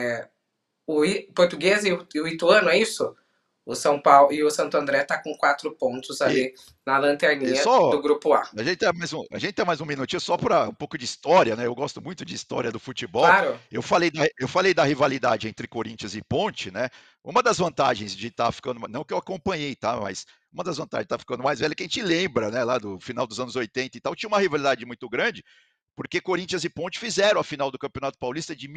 A: o Português e o Ituano, é isso? O São Paulo e o Santo André tá com 4 pontos
B: E,
A: ali na
B: e
A: lanterninha
B: só
A: do grupo A.
B: a gente tem mais um minutinho só para um pouco de história, né? Eu gosto muito de história do futebol.
A: Claro.
B: Eu falei da rivalidade entre Corinthians e Ponte, né? Uma das vantagens de estar ficando, não que eu acompanhei, tá? Mas uma das vantagens de estar ficando mais velho é que a gente lembra, né? Lá do final dos anos 80 e tal, tinha uma rivalidade muito grande, porque Corinthians e Ponte fizeram a final do Campeonato Paulista de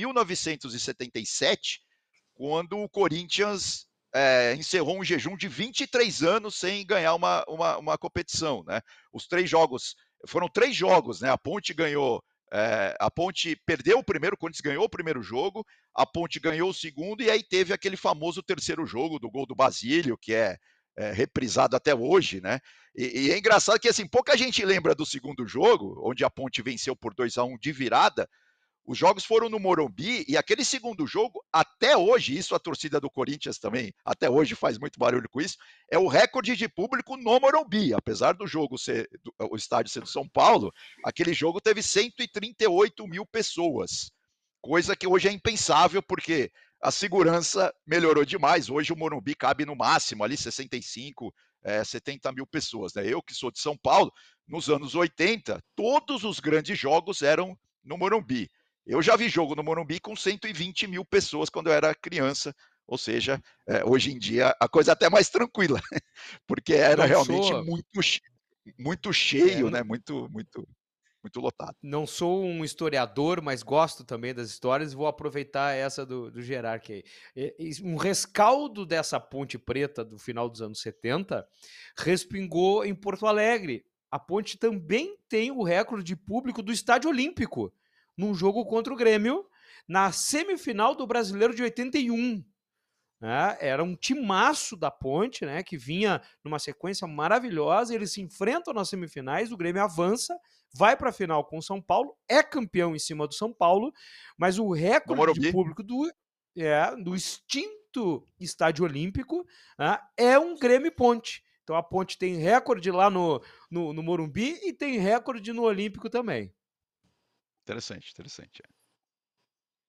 B: 1977, quando o Corinthians encerrou um jejum de 23 anos sem ganhar uma competição, né? Os 3 jogos, foram 3 jogos, né? A Ponte ganhou, a Ponte perdeu o primeiro, o Corinthians ganhou o primeiro jogo, a Ponte ganhou o segundo, e aí teve aquele famoso terceiro jogo do gol do Basílio, que é reprisado até hoje, né? E é engraçado que assim, pouca gente lembra do segundo jogo, onde a Ponte venceu por 2-1 de virada. Os jogos foram no Morumbi e aquele segundo jogo, até hoje, isso a torcida do Corinthians também, até hoje faz muito barulho com isso, é o recorde de público no Morumbi. Apesar do jogo o estádio ser do São Paulo, aquele jogo teve 138 mil pessoas, coisa que hoje é impensável porque a segurança melhorou demais. Hoje o Morumbi cabe no máximo ali 65, 70 mil pessoas, né? Eu que sou de São Paulo, nos anos 80, todos os grandes jogos eram no Morumbi. Eu já vi jogo no Morumbi com 120 mil pessoas quando eu era criança, ou seja, hoje em dia a coisa é até mais tranquila, porque era
C: Não
B: realmente
C: sou,
B: muito
C: é,
B: cheio, né? Muito, muito, muito lotado.
C: não sou um historiador, mas gosto também das histórias. Vou aproveitar essa do Gerard. Um rescaldo dessa Ponte Preta do final dos anos 70 respingou em Porto Alegre. A Ponte também tem o recorde de público do Estádio Olímpico, num jogo contra o Grêmio, na semifinal do Brasileiro de 81. Né? Era um timaço da Ponte, né, que vinha numa sequência maravilhosa. Eles se enfrentam nas semifinais, o Grêmio avança, vai para a final com o São Paulo, é campeão em cima do São Paulo, mas o
B: No
C: recorde de
B: Morumbi,
C: público do extinto Estádio Olímpico, né, é um Grêmio Ponte. Então a Ponte tem recorde lá no Morumbi e tem recorde no Olímpico também.
B: interessante, interessante.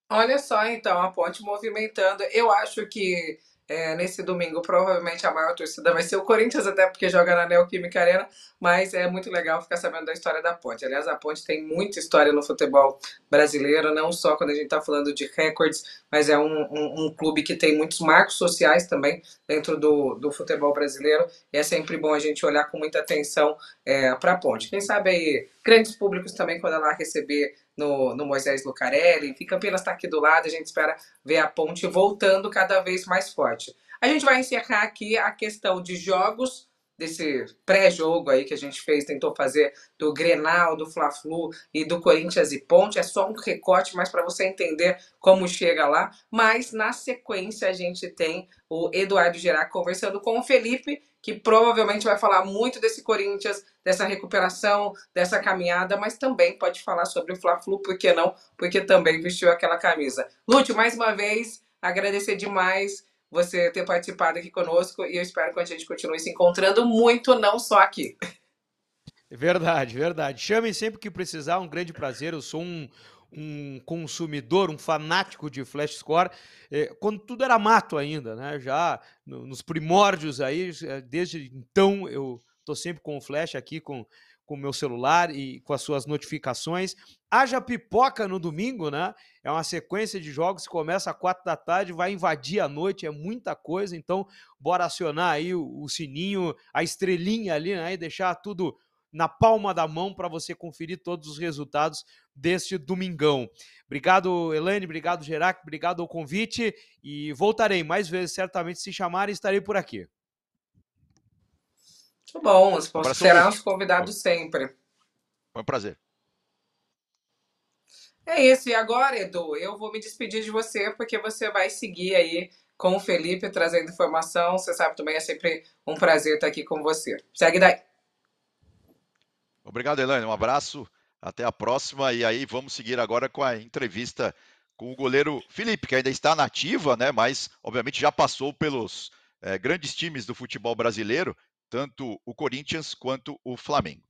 A: Olha só, então, a ponte movimentando. Eu acho que nesse domingo provavelmente a maior torcida vai ser o Corinthians, até porque joga na Neoquímica Arena, mas é muito legal ficar sabendo da história da ponte. Aliás, a ponte tem muita história no futebol brasileiro, não só quando a gente está falando de recordes, mas é um clube que tem muitos marcos sociais também dentro do futebol brasileiro, e é sempre bom a gente olhar com muita atenção para a ponte. Quem sabe aí, grandes públicos também, quando ela receber no Moisés Lucarelli. Enfim, Campinas está aqui do lado, a gente espera ver a ponte voltando cada vez mais forte. A gente vai encerrar aqui a questão de jogos, desse pré-jogo aí que a gente fez, tentou fazer do Grenal, do Fla-Flu e do Corinthians e Ponte. É só um recorte, mas para você entender como chega lá. Mas na sequência a gente tem o Eduardo Gerac conversando com o Felipe, que provavelmente vai falar muito desse Corinthians, dessa recuperação, dessa caminhada, mas também pode falar sobre o Fla-Flu, por que não? Porque também vestiu aquela camisa. Lúcio, mais uma vez, agradecer demais você ter participado aqui conosco e eu espero que a gente continue se encontrando muito, não só aqui.
C: Verdade, verdade. Chamem sempre que precisar, um grande prazer. Eu sou um consumidor, um fanático de Flash Score, quando tudo era mato ainda, né? Já nos primórdios aí, desde então eu estou sempre com o Flash aqui, com o meu celular e com as suas notificações. Haja pipoca no domingo, né? É uma sequência de jogos que começa às 4 da tarde, vai invadir a noite, é muita coisa, então bora acionar aí o sininho, a estrelinha ali, né? E deixar tudo na palma da mão para você conferir todos os resultados deste domingão. Obrigado, Elaine, obrigado, Gerac, obrigado ao convite e voltarei mais vezes, certamente, se chamarem, estarei por aqui.
A: Muito bom,
B: Um abração,
A: será
B: Lúcio.
A: uns convidados sempre.
B: Foi um prazer.
A: É isso, e agora, Edu, eu vou me despedir de você, porque você vai seguir aí com o Felipe trazendo informação. Você sabe também, é sempre um prazer estar aqui com você. Segue daí.
B: Obrigado, Elaine. Um abraço. Até a próxima. E aí vamos seguir agora com a entrevista com o goleiro Felipe, que ainda está na ativa, né? Mas obviamente já passou pelos grandes times do futebol brasileiro, tanto o Corinthians quanto o Flamengo.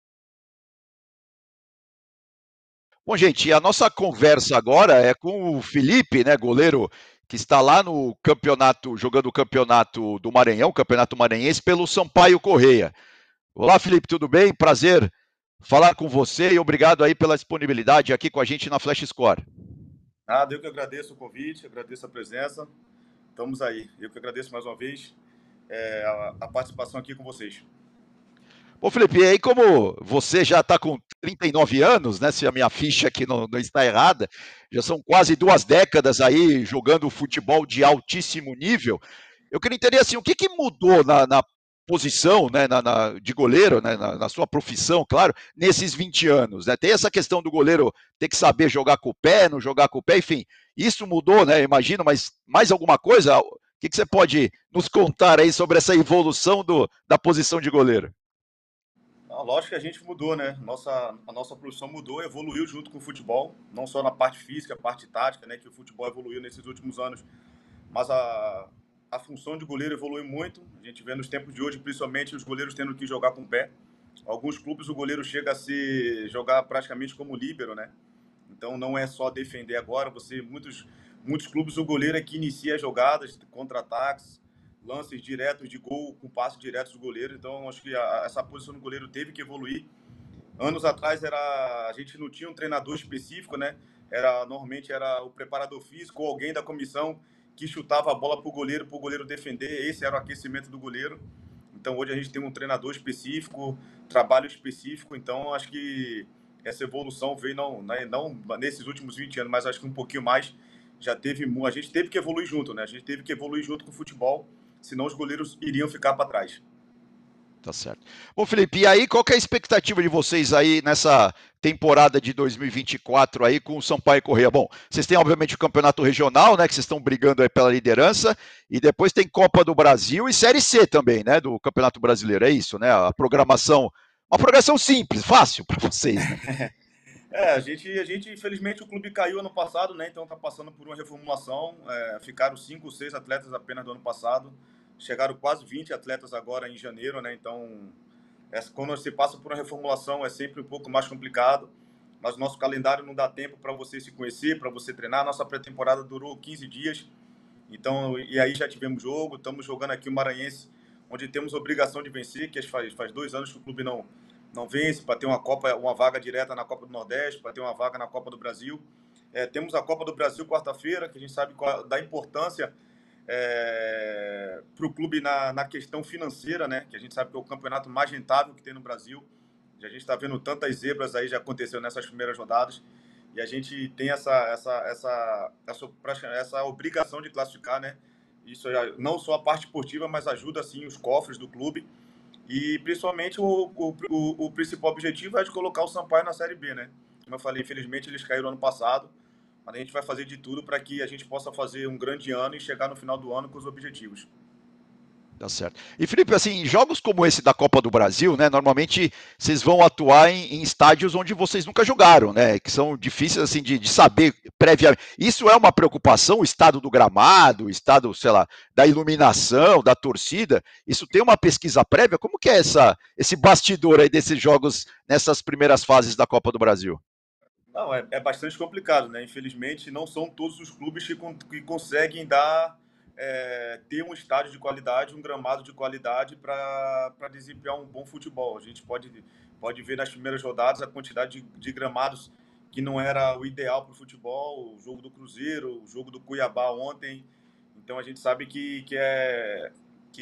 B: Bom, gente, a nossa conversa agora é com o Felipe, né, goleiro que está lá no campeonato, jogando o campeonato do Maranhão, campeonato maranhense, pelo Sampaio Correia. Olá, Felipe, tudo bem? Prazer falar com você e obrigado aí pela disponibilidade aqui com a gente na Flash Score.
D: Nada, eu que agradeço o convite, agradeço a presença. Estamos aí. Eu que agradeço mais uma vez a participação aqui com vocês.
B: Bom, Felipe, e aí como você já está com 39 anos, né, se a minha ficha aqui não está errada, já são quase 2 décadas aí jogando futebol de altíssimo nível, eu queria entender assim, o que mudou na posição, né, de goleiro, né, na sua profissão, claro, nesses 20 anos, né? Tem essa questão do goleiro ter que saber jogar com o pé, não jogar com o pé, enfim, isso mudou, né, imagino, mas mais alguma coisa? O que você pode nos contar aí sobre essa evolução da posição de goleiro?
D: Lógico que a gente mudou, né? A nossa profissão mudou, evoluiu junto com o futebol, não só na parte física, a parte tática, né? Que o futebol evoluiu nesses últimos anos, mas a função de goleiro evoluiu muito. A gente vê nos tempos de hoje, principalmente, os goleiros tendo que jogar com o pé. Alguns clubes o goleiro chega a se jogar praticamente como líbero, né? Então não é só defender agora. Muitos clubes o goleiro é que inicia as jogadas, contra-ataques, lances diretos de gol com passes diretos do goleiro. Então acho que essa posição do goleiro teve que evoluir. Anos atrás a gente não tinha um treinador específico, né? Normalmente era o preparador físico ou alguém da comissão que chutava a bola para o goleiro defender. Esse era o aquecimento do goleiro. Então hoje a gente tem um treinador específico, trabalho específico. Então acho que essa evolução veio não nesses últimos 20 anos, mas acho que um pouquinho mais. A gente teve que evoluir junto, né? A gente teve que evoluir junto com o futebol, senão os goleiros iriam ficar para trás.
B: Tá certo. Bom, Felipe, e aí qual que é a expectativa de vocês aí nessa temporada de 2024 aí com o Sampaio Corrêa? Bom, vocês têm obviamente o campeonato regional, né, que vocês estão brigando aí pela liderança, e depois tem Copa do Brasil e Série C também, né, do Campeonato Brasileiro, é isso, né? A programação, uma programação simples, fácil para vocês, né?
D: A gente, infelizmente, o clube caiu ano passado, né? Então tá passando por uma reformulação. Ficaram 5 ou 6 atletas apenas do ano passado. Chegaram quase 20 atletas agora em janeiro, né? Então, quando você passa por uma reformulação é sempre um pouco mais complicado. mas o nosso calendário não dá tempo para você se conhecer, para você treinar. Nossa pré-temporada durou 15 dias, então, e aí já tivemos jogo, estamos jogando aqui o Maranhense, onde temos obrigação de vencer, que faz 2 anos que o clube não vence, para ter uma vaga direta na Copa do Nordeste, para ter uma vaga na Copa do Brasil. Temos a Copa do Brasil quarta-feira, que a gente sabe da importância para o clube na questão financeira, né? Que a gente sabe que é o campeonato mais rentável que tem no Brasil. A gente está vendo tantas zebras aí, já aconteceu nessas primeiras rodadas, e a gente tem essa obrigação de classificar, né? Isso não só a parte esportiva, mas ajuda, sim, os cofres do clube. E, principalmente, o principal objetivo é de colocar o Sampaio na Série B, né? Como eu falei, infelizmente, eles caíram ano passado, mas a gente vai fazer de tudo para que a gente possa fazer um grande ano e chegar no final do ano com os objetivos.
B: Tá certo. E Felipe, assim, jogos como esse da Copa do Brasil, né? Normalmente vocês vão atuar em estádios onde vocês nunca jogaram, né? Que são difíceis assim de saber previamente. Isso é uma preocupação, o estado do gramado, o estado, sei lá, da iluminação, da torcida. Isso tem uma pesquisa prévia? Como que é esse bastidor aí desses jogos nessas primeiras fases da Copa do Brasil?
D: Não, é bastante complicado, né? Infelizmente, não são todos os clubes que conseguem ter um estádio de qualidade, um gramado de qualidade para desempenhar um bom futebol. A gente pode ver nas primeiras rodadas a quantidade de gramados que não era o ideal para o futebol, o jogo do Cruzeiro, o jogo do Cuiabá ontem. Então a gente sabe que é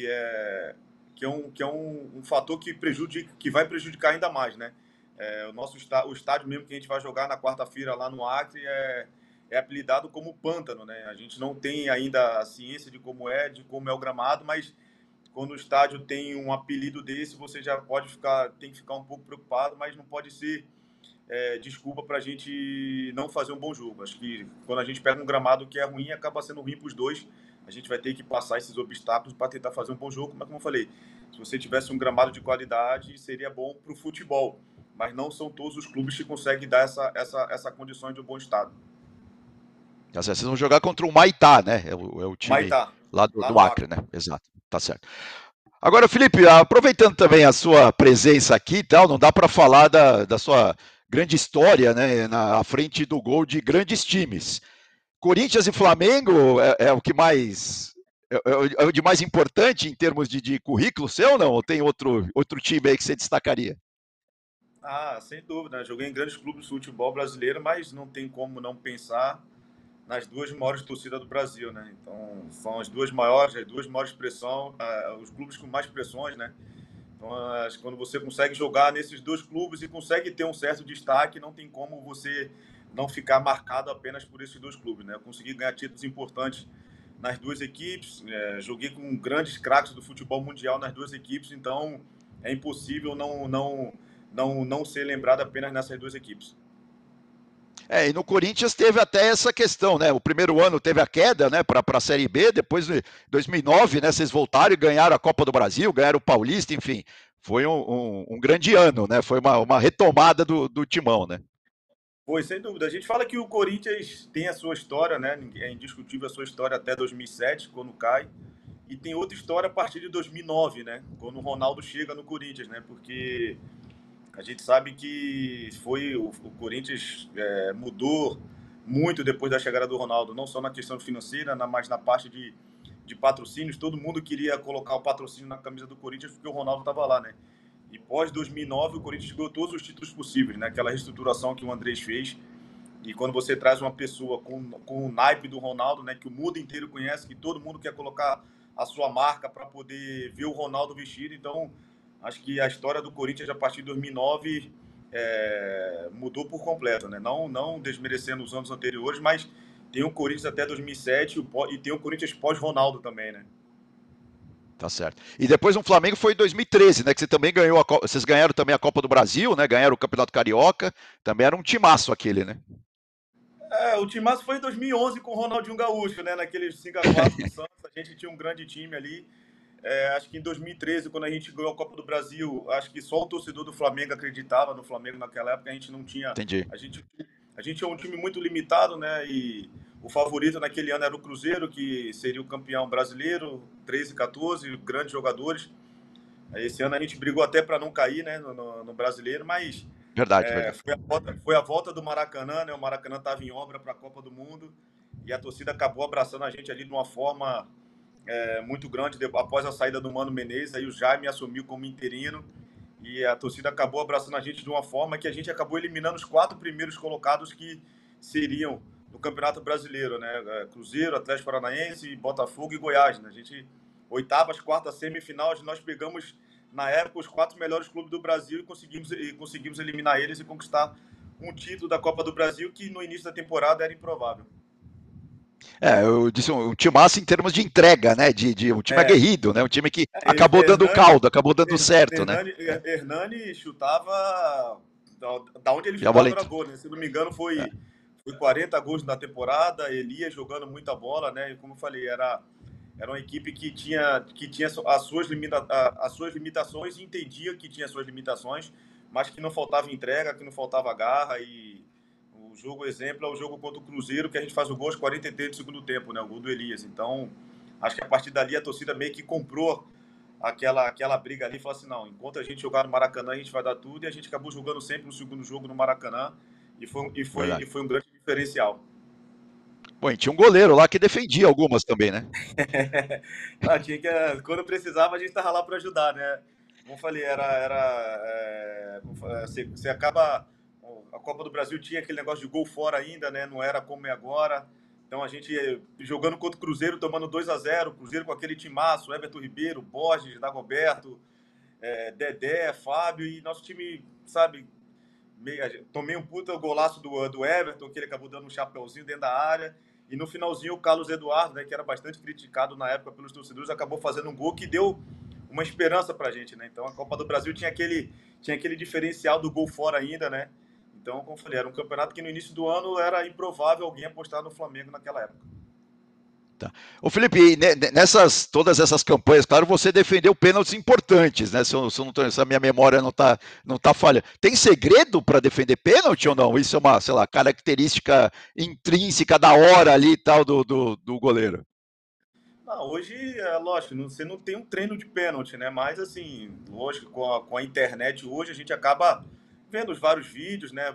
D: um fator que vai prejudicar ainda mais, né? O estádio mesmo que a gente vai jogar na quarta-feira lá no Acre é apelidado como Pântano, né? A gente não tem ainda a ciência de como é o gramado, mas quando o estádio tem um apelido desse, você já tem que ficar um pouco preocupado, mas não pode ser desculpa para a gente não fazer um bom jogo. Acho que quando a gente pega um gramado que é ruim, acaba sendo ruim para os dois. A gente vai ter que passar esses obstáculos para tentar fazer um bom jogo, mas como eu falei, se você tivesse um gramado de qualidade, seria bom para o futebol. Mas não são todos os clubes que conseguem dar essa condição de um bom estado.
B: Tá certo. Vocês vão jogar contra o Maitá, né? É o time
D: Maitá,
B: lá
D: lá
B: do
D: no
B: Acre, né? Exato. Tá certo. Agora, Felipe, aproveitando também a sua presença aqui e tal, não dá para falar da sua grande história, né? À frente do gol de grandes times. Corinthians e Flamengo é o que mais. É o de mais importante em termos de currículo seu, não? Ou tem outro time aí que você destacaria?
D: Sem dúvida, né? Joguei em grandes clubes de futebol brasileiro, mas não tem como não pensar nas duas maiores torcidas do Brasil, né? Então, são as duas maiores pressões, os clubes com mais pressões, né? Então, acho que quando você consegue jogar nesses dois clubes e consegue ter um certo destaque, não tem como você não ficar marcado apenas por esses dois clubes, né? Eu consegui ganhar títulos importantes nas duas equipes, joguei com grandes craques do futebol mundial nas duas equipes, então é impossível não ser lembrado apenas nessas duas equipes.
B: E no Corinthians teve até essa questão, né? O primeiro ano teve a queda, né, para a Série B, depois em 2009, né, vocês voltaram e ganharam a Copa do Brasil, ganharam o Paulista, enfim, foi um grande ano, né? Foi uma retomada do timão, né?
D: Foi, sem dúvida. A gente fala que o Corinthians tem a sua história, né? É indiscutível a sua história até 2007, quando cai. E tem outra história a partir de 2009, né? Quando o Ronaldo chega no Corinthians, né? Porque a gente sabe que o Corinthians mudou muito depois da chegada do Ronaldo, não só na questão financeira, mas na parte de patrocínios. Todo mundo queria colocar o patrocínio na camisa do Corinthians porque o Ronaldo estava lá, né? E pós 2009 o Corinthians ganhou todos os títulos possíveis, né? Aquela reestruturação que o Andrés fez. E quando você traz uma pessoa com o naipe do Ronaldo, né? Que o mundo inteiro conhece, que todo mundo quer colocar a sua marca para poder ver o Ronaldo vestido. Então, acho que a história do Corinthians a partir de 2009 mudou por completo, né? Não desmerecendo os anos anteriores, mas tem o Corinthians até 2007 e tem o Corinthians pós-Ronaldo também, né?
B: Tá certo. E depois o Flamengo foi em 2013, né? Que você também ganhou vocês ganharam também a Copa do Brasil, né? Ganharam o Campeonato Carioca. Também era um timaço aquele, né?
D: O timaço foi em 2011 com o Ronaldinho Gaúcho, né? Naquele 5x4 do Santos, a gente tinha um grande time ali. Acho que em 2013, quando a gente ganhou a Copa do Brasil, acho que só o torcedor do Flamengo acreditava no Flamengo naquela época. A gente não tinha.
B: Entendi.
D: A gente tinha um time muito limitado, né? E o favorito naquele ano era o Cruzeiro, que seria o campeão brasileiro, 13, 14, grandes jogadores. Esse ano a gente brigou até para não cair, né? No brasileiro, mas
B: Verdade, verdade.
D: Foi a volta do Maracanã, né? O Maracanã estava em obra para a Copa do Mundo e a torcida acabou abraçando a gente ali de uma forma muito grande após a saída do Mano Menezes. Aí o Jaime assumiu como interino e a torcida acabou abraçando a gente de uma forma que a gente acabou eliminando os 4 primeiros colocados que seriam no Campeonato Brasileiro, né? Cruzeiro, Atlético Paranaense, Botafogo e Goiás, né? A gente, oitavas, quartas, semifinais, nós pegamos na época os 4 melhores clubes do Brasil e conseguimos eliminar eles e conquistar um título da Copa do Brasil que no início da temporada era improvável.
B: Eu disse um timaço em termos de entrega, né? Um time aguerrido, né? Um time que acabou dando
D: Hernani,
B: caldo, acabou dando certo, né?
D: Hernani chutava da onde ele
B: E a bola
D: chutava era gol, né? Se não me engano, foi 40 gols na temporada, Elias jogando muita bola, né? E como eu falei, era uma equipe que tinha as suas limitações e entendia que tinha as suas limitações, mas que não faltava entrega, que não faltava garra. E o jogo exemplo é o jogo contra o Cruzeiro, que a gente faz o gol aos 43 do segundo tempo, né? O gol do Elias. Então, acho que a partir dali a torcida meio que comprou aquela briga ali e falou assim, não, enquanto a gente jogar no Maracanã, a gente vai dar tudo, e a gente acabou jogando sempre no segundo jogo no Maracanã, e foi um grande diferencial.
B: Bom, e tinha um goleiro lá que defendia algumas também, né?
D: Quando precisava, a gente estava lá para ajudar, né? Como eu falei, você acaba... A Copa do Brasil tinha aquele negócio de gol fora ainda, né? Não era como é agora. Então a gente jogando contra o Cruzeiro, tomando 2-0, Cruzeiro com aquele timaço, Everton Ribeiro, Borges, Dagoberto, Dedé, Fábio, e nosso time, sabe, tomei um puta golaço do Everton, que ele acabou dando um chapeuzinho dentro da área, e no finalzinho o Carlos Eduardo, né, que era bastante criticado na época pelos torcedores, acabou fazendo um gol que deu uma esperança pra gente, né? Então a Copa do Brasil tinha aquele diferencial do gol fora ainda, né? Então, como eu falei, era um campeonato que no início do ano era improvável alguém apostar no Flamengo naquela época.
B: Tá. Ô Felipe, todas essas campanhas, claro, você defendeu pênaltis importantes, né? Se a minha memória não tá falha. Tem segredo para defender pênalti ou não? Isso é uma, sei lá, característica intrínseca da hora ali e tal do goleiro.
D: Hoje, lógico, você não tem um treino de pênalti, né? Mas, assim, lógico, com a internet hoje, a gente acaba vendo os vários vídeos, né?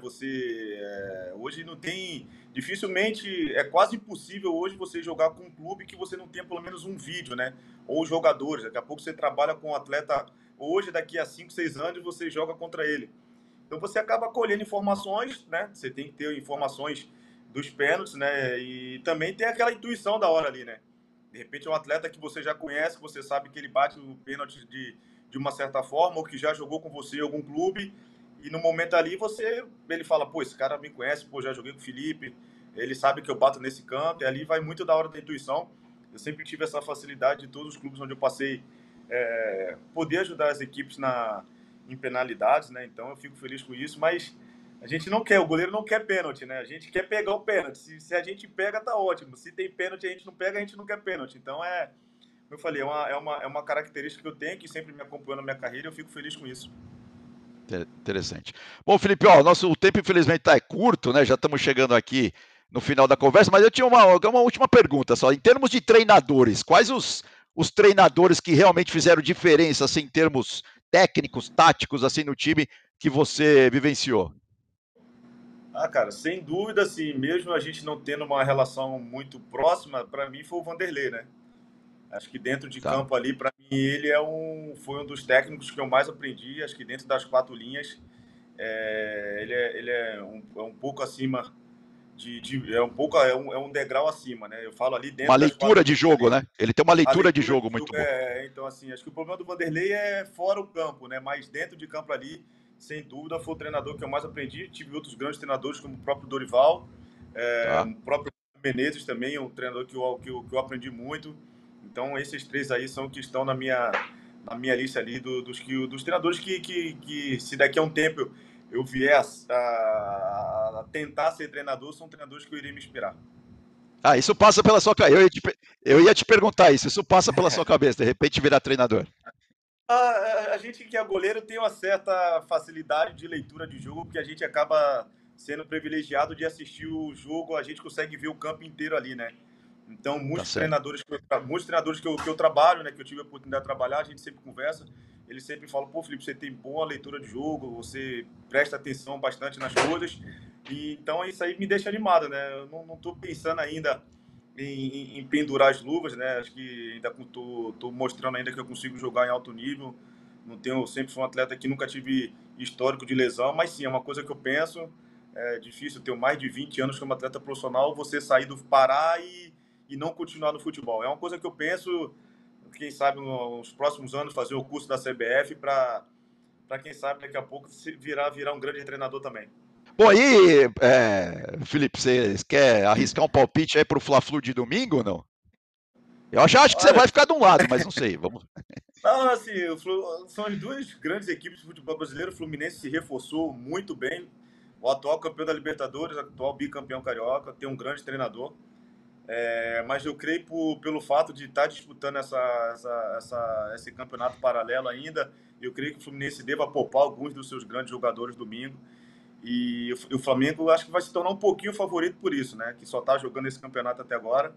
D: Hoje não tem... Dificilmente, é quase impossível hoje você jogar com um clube que você não tenha pelo menos um vídeo, né? Ou jogadores. Daqui a pouco você trabalha com um atleta... Hoje, daqui a 5, 6 anos, você joga contra ele. Então, você acaba colhendo informações, né? Você tem que ter informações dos pênaltis, né? E também tem aquela intuição da hora ali, né? De repente é um atleta que você já conhece, que você sabe que ele bate o pênalti de uma certa forma, ou que já jogou com você em algum clube, e no momento ali ele fala, pô, esse cara me conhece, pô, já joguei com o Felipe, ele sabe que eu bato nesse canto, e ali vai muito da hora da intuição. Eu sempre tive essa facilidade de todos os clubes onde eu passei, poder ajudar as equipes em penalidades, né? Então eu fico feliz com isso, mas a gente não quer, o goleiro não quer pênalti, né? A gente quer pegar o pênalti. Se a gente pega, tá ótimo. Se tem pênalti, a gente não pega, a gente não quer pênalti. Então, como eu falei, é uma característica que eu tenho, que sempre me acompanhou na minha carreira, e eu fico feliz com isso.
B: Interessante. Bom, Felipe, o tempo infelizmente tá curto, né? Já estamos chegando aqui no final da conversa, mas eu tinha uma última pergunta só. Em termos de treinadores, quais os treinadores que realmente fizeram diferença, assim, em termos técnicos, táticos, assim, no time que você vivenciou?
D: Cara, sem dúvida, assim, mesmo a gente não tendo uma relação muito próxima, para mim foi o Vanderlei, né? Acho que dentro de campo ali, para mim, ele foi um dos técnicos que eu mais aprendi. Acho que dentro das 4 linhas, ele é um pouco acima é um degrau acima, né? Eu falo ali dentro
B: uma
D: das
B: leitura
D: 4
B: de
D: linhas
B: jogo,
D: ali,
B: né? Ele tem uma leitura de
D: leitura
B: jogo muito boa.
D: Então, assim, acho que o problema do Vanderlei é fora o campo, né? Mas dentro de campo ali, sem dúvida, foi o treinador que eu mais aprendi. Tive outros grandes treinadores, como o próprio Dorival, o próprio Menezes também, um treinador que eu aprendi muito. Então, esses 3 aí são que estão na minha lista ali dos treinadores que se daqui a um tempo eu vier a tentar ser treinador, são treinadores que eu iria me inspirar.
B: Isso passa pela sua cabeça. Eu ia te perguntar isso passa pela sua cabeça, de repente virar treinador.
D: A gente que é goleiro tem uma certa facilidade de leitura de jogo, porque a gente acaba sendo privilegiado de assistir o jogo, a gente consegue ver o campo inteiro ali, né? Então, muitos treinadores que eu trabalho, né, que eu tive a oportunidade de trabalhar, a gente sempre conversa. ele sempre fala, pô, Felipe, você tem boa leitura de jogo, você presta atenção bastante nas coisas, e então isso aí me deixa animado, né? Eu não tô pensando ainda em pendurar as luvas, né? Acho que ainda tô mostrando ainda que eu consigo jogar em alto nível. Não tenho, sempre fui um atleta que nunca tive histórico de lesão, mas sim, é uma coisa que eu penso. É difícil ter mais de 20 anos como atleta profissional, você sair do parar e não continuar no futebol. É uma coisa que eu penso, quem sabe nos próximos anos fazer o curso da CBF para quem sabe daqui a pouco virar um grande treinador também.
B: Bom, aí, Felipe, você quer arriscar um palpite aí pro Fla-Flu de domingo ou não? Eu acho que você
D: Olha,
B: vai ficar de um lado, mas não sei. Vamos.
D: não, assim, são as duas grandes equipes de futebol brasileiro. O Fluminense se reforçou muito bem. O atual campeão da Libertadores, atual bicampeão carioca, tem um grande treinador. Mas eu creio pelo fato de estar disputando esse campeonato paralelo ainda, eu creio que o Fluminense deva poupar alguns dos seus grandes jogadores domingo. E o Flamengo acho que vai se tornar um pouquinho favorito por isso, né? Que só está jogando esse campeonato até agora.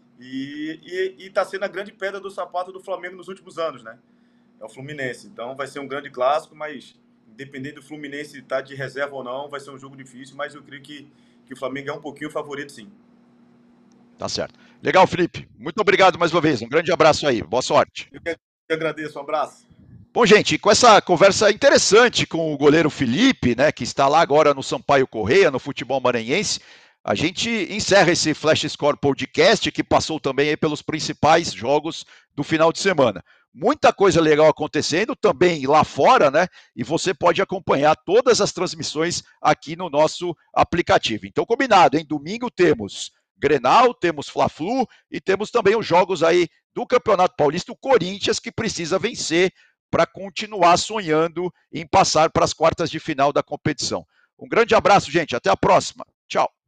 D: E está sendo a grande pedra do sapato do Flamengo nos últimos anos, né? É o Fluminense. Então vai ser um grande clássico, mas independente do Fluminense estar de reserva ou não, vai ser um jogo difícil, mas eu creio que o Flamengo é um pouquinho favorito, sim.
B: Tá certo. Legal, Felipe. Muito obrigado mais uma vez. Um grande abraço aí. Boa sorte.
D: Eu que agradeço. Um abraço.
B: Bom, gente, com essa conversa interessante com o goleiro Felipe, né, que está lá agora no Sampaio Correia, no futebol maranhense, a gente encerra esse Flash Score Podcast, que passou também aí pelos principais jogos do final de semana. Muita coisa legal acontecendo também lá fora, né? E você pode acompanhar todas as transmissões aqui no nosso aplicativo. Então, combinado, hein? Domingo temos Grenal, temos Fla-Flu e temos também os jogos aí do Campeonato Paulista, o Corinthians, que precisa vencer para continuar sonhando em passar para as quartas de final da competição. Um grande abraço, gente. Até a próxima. Tchau.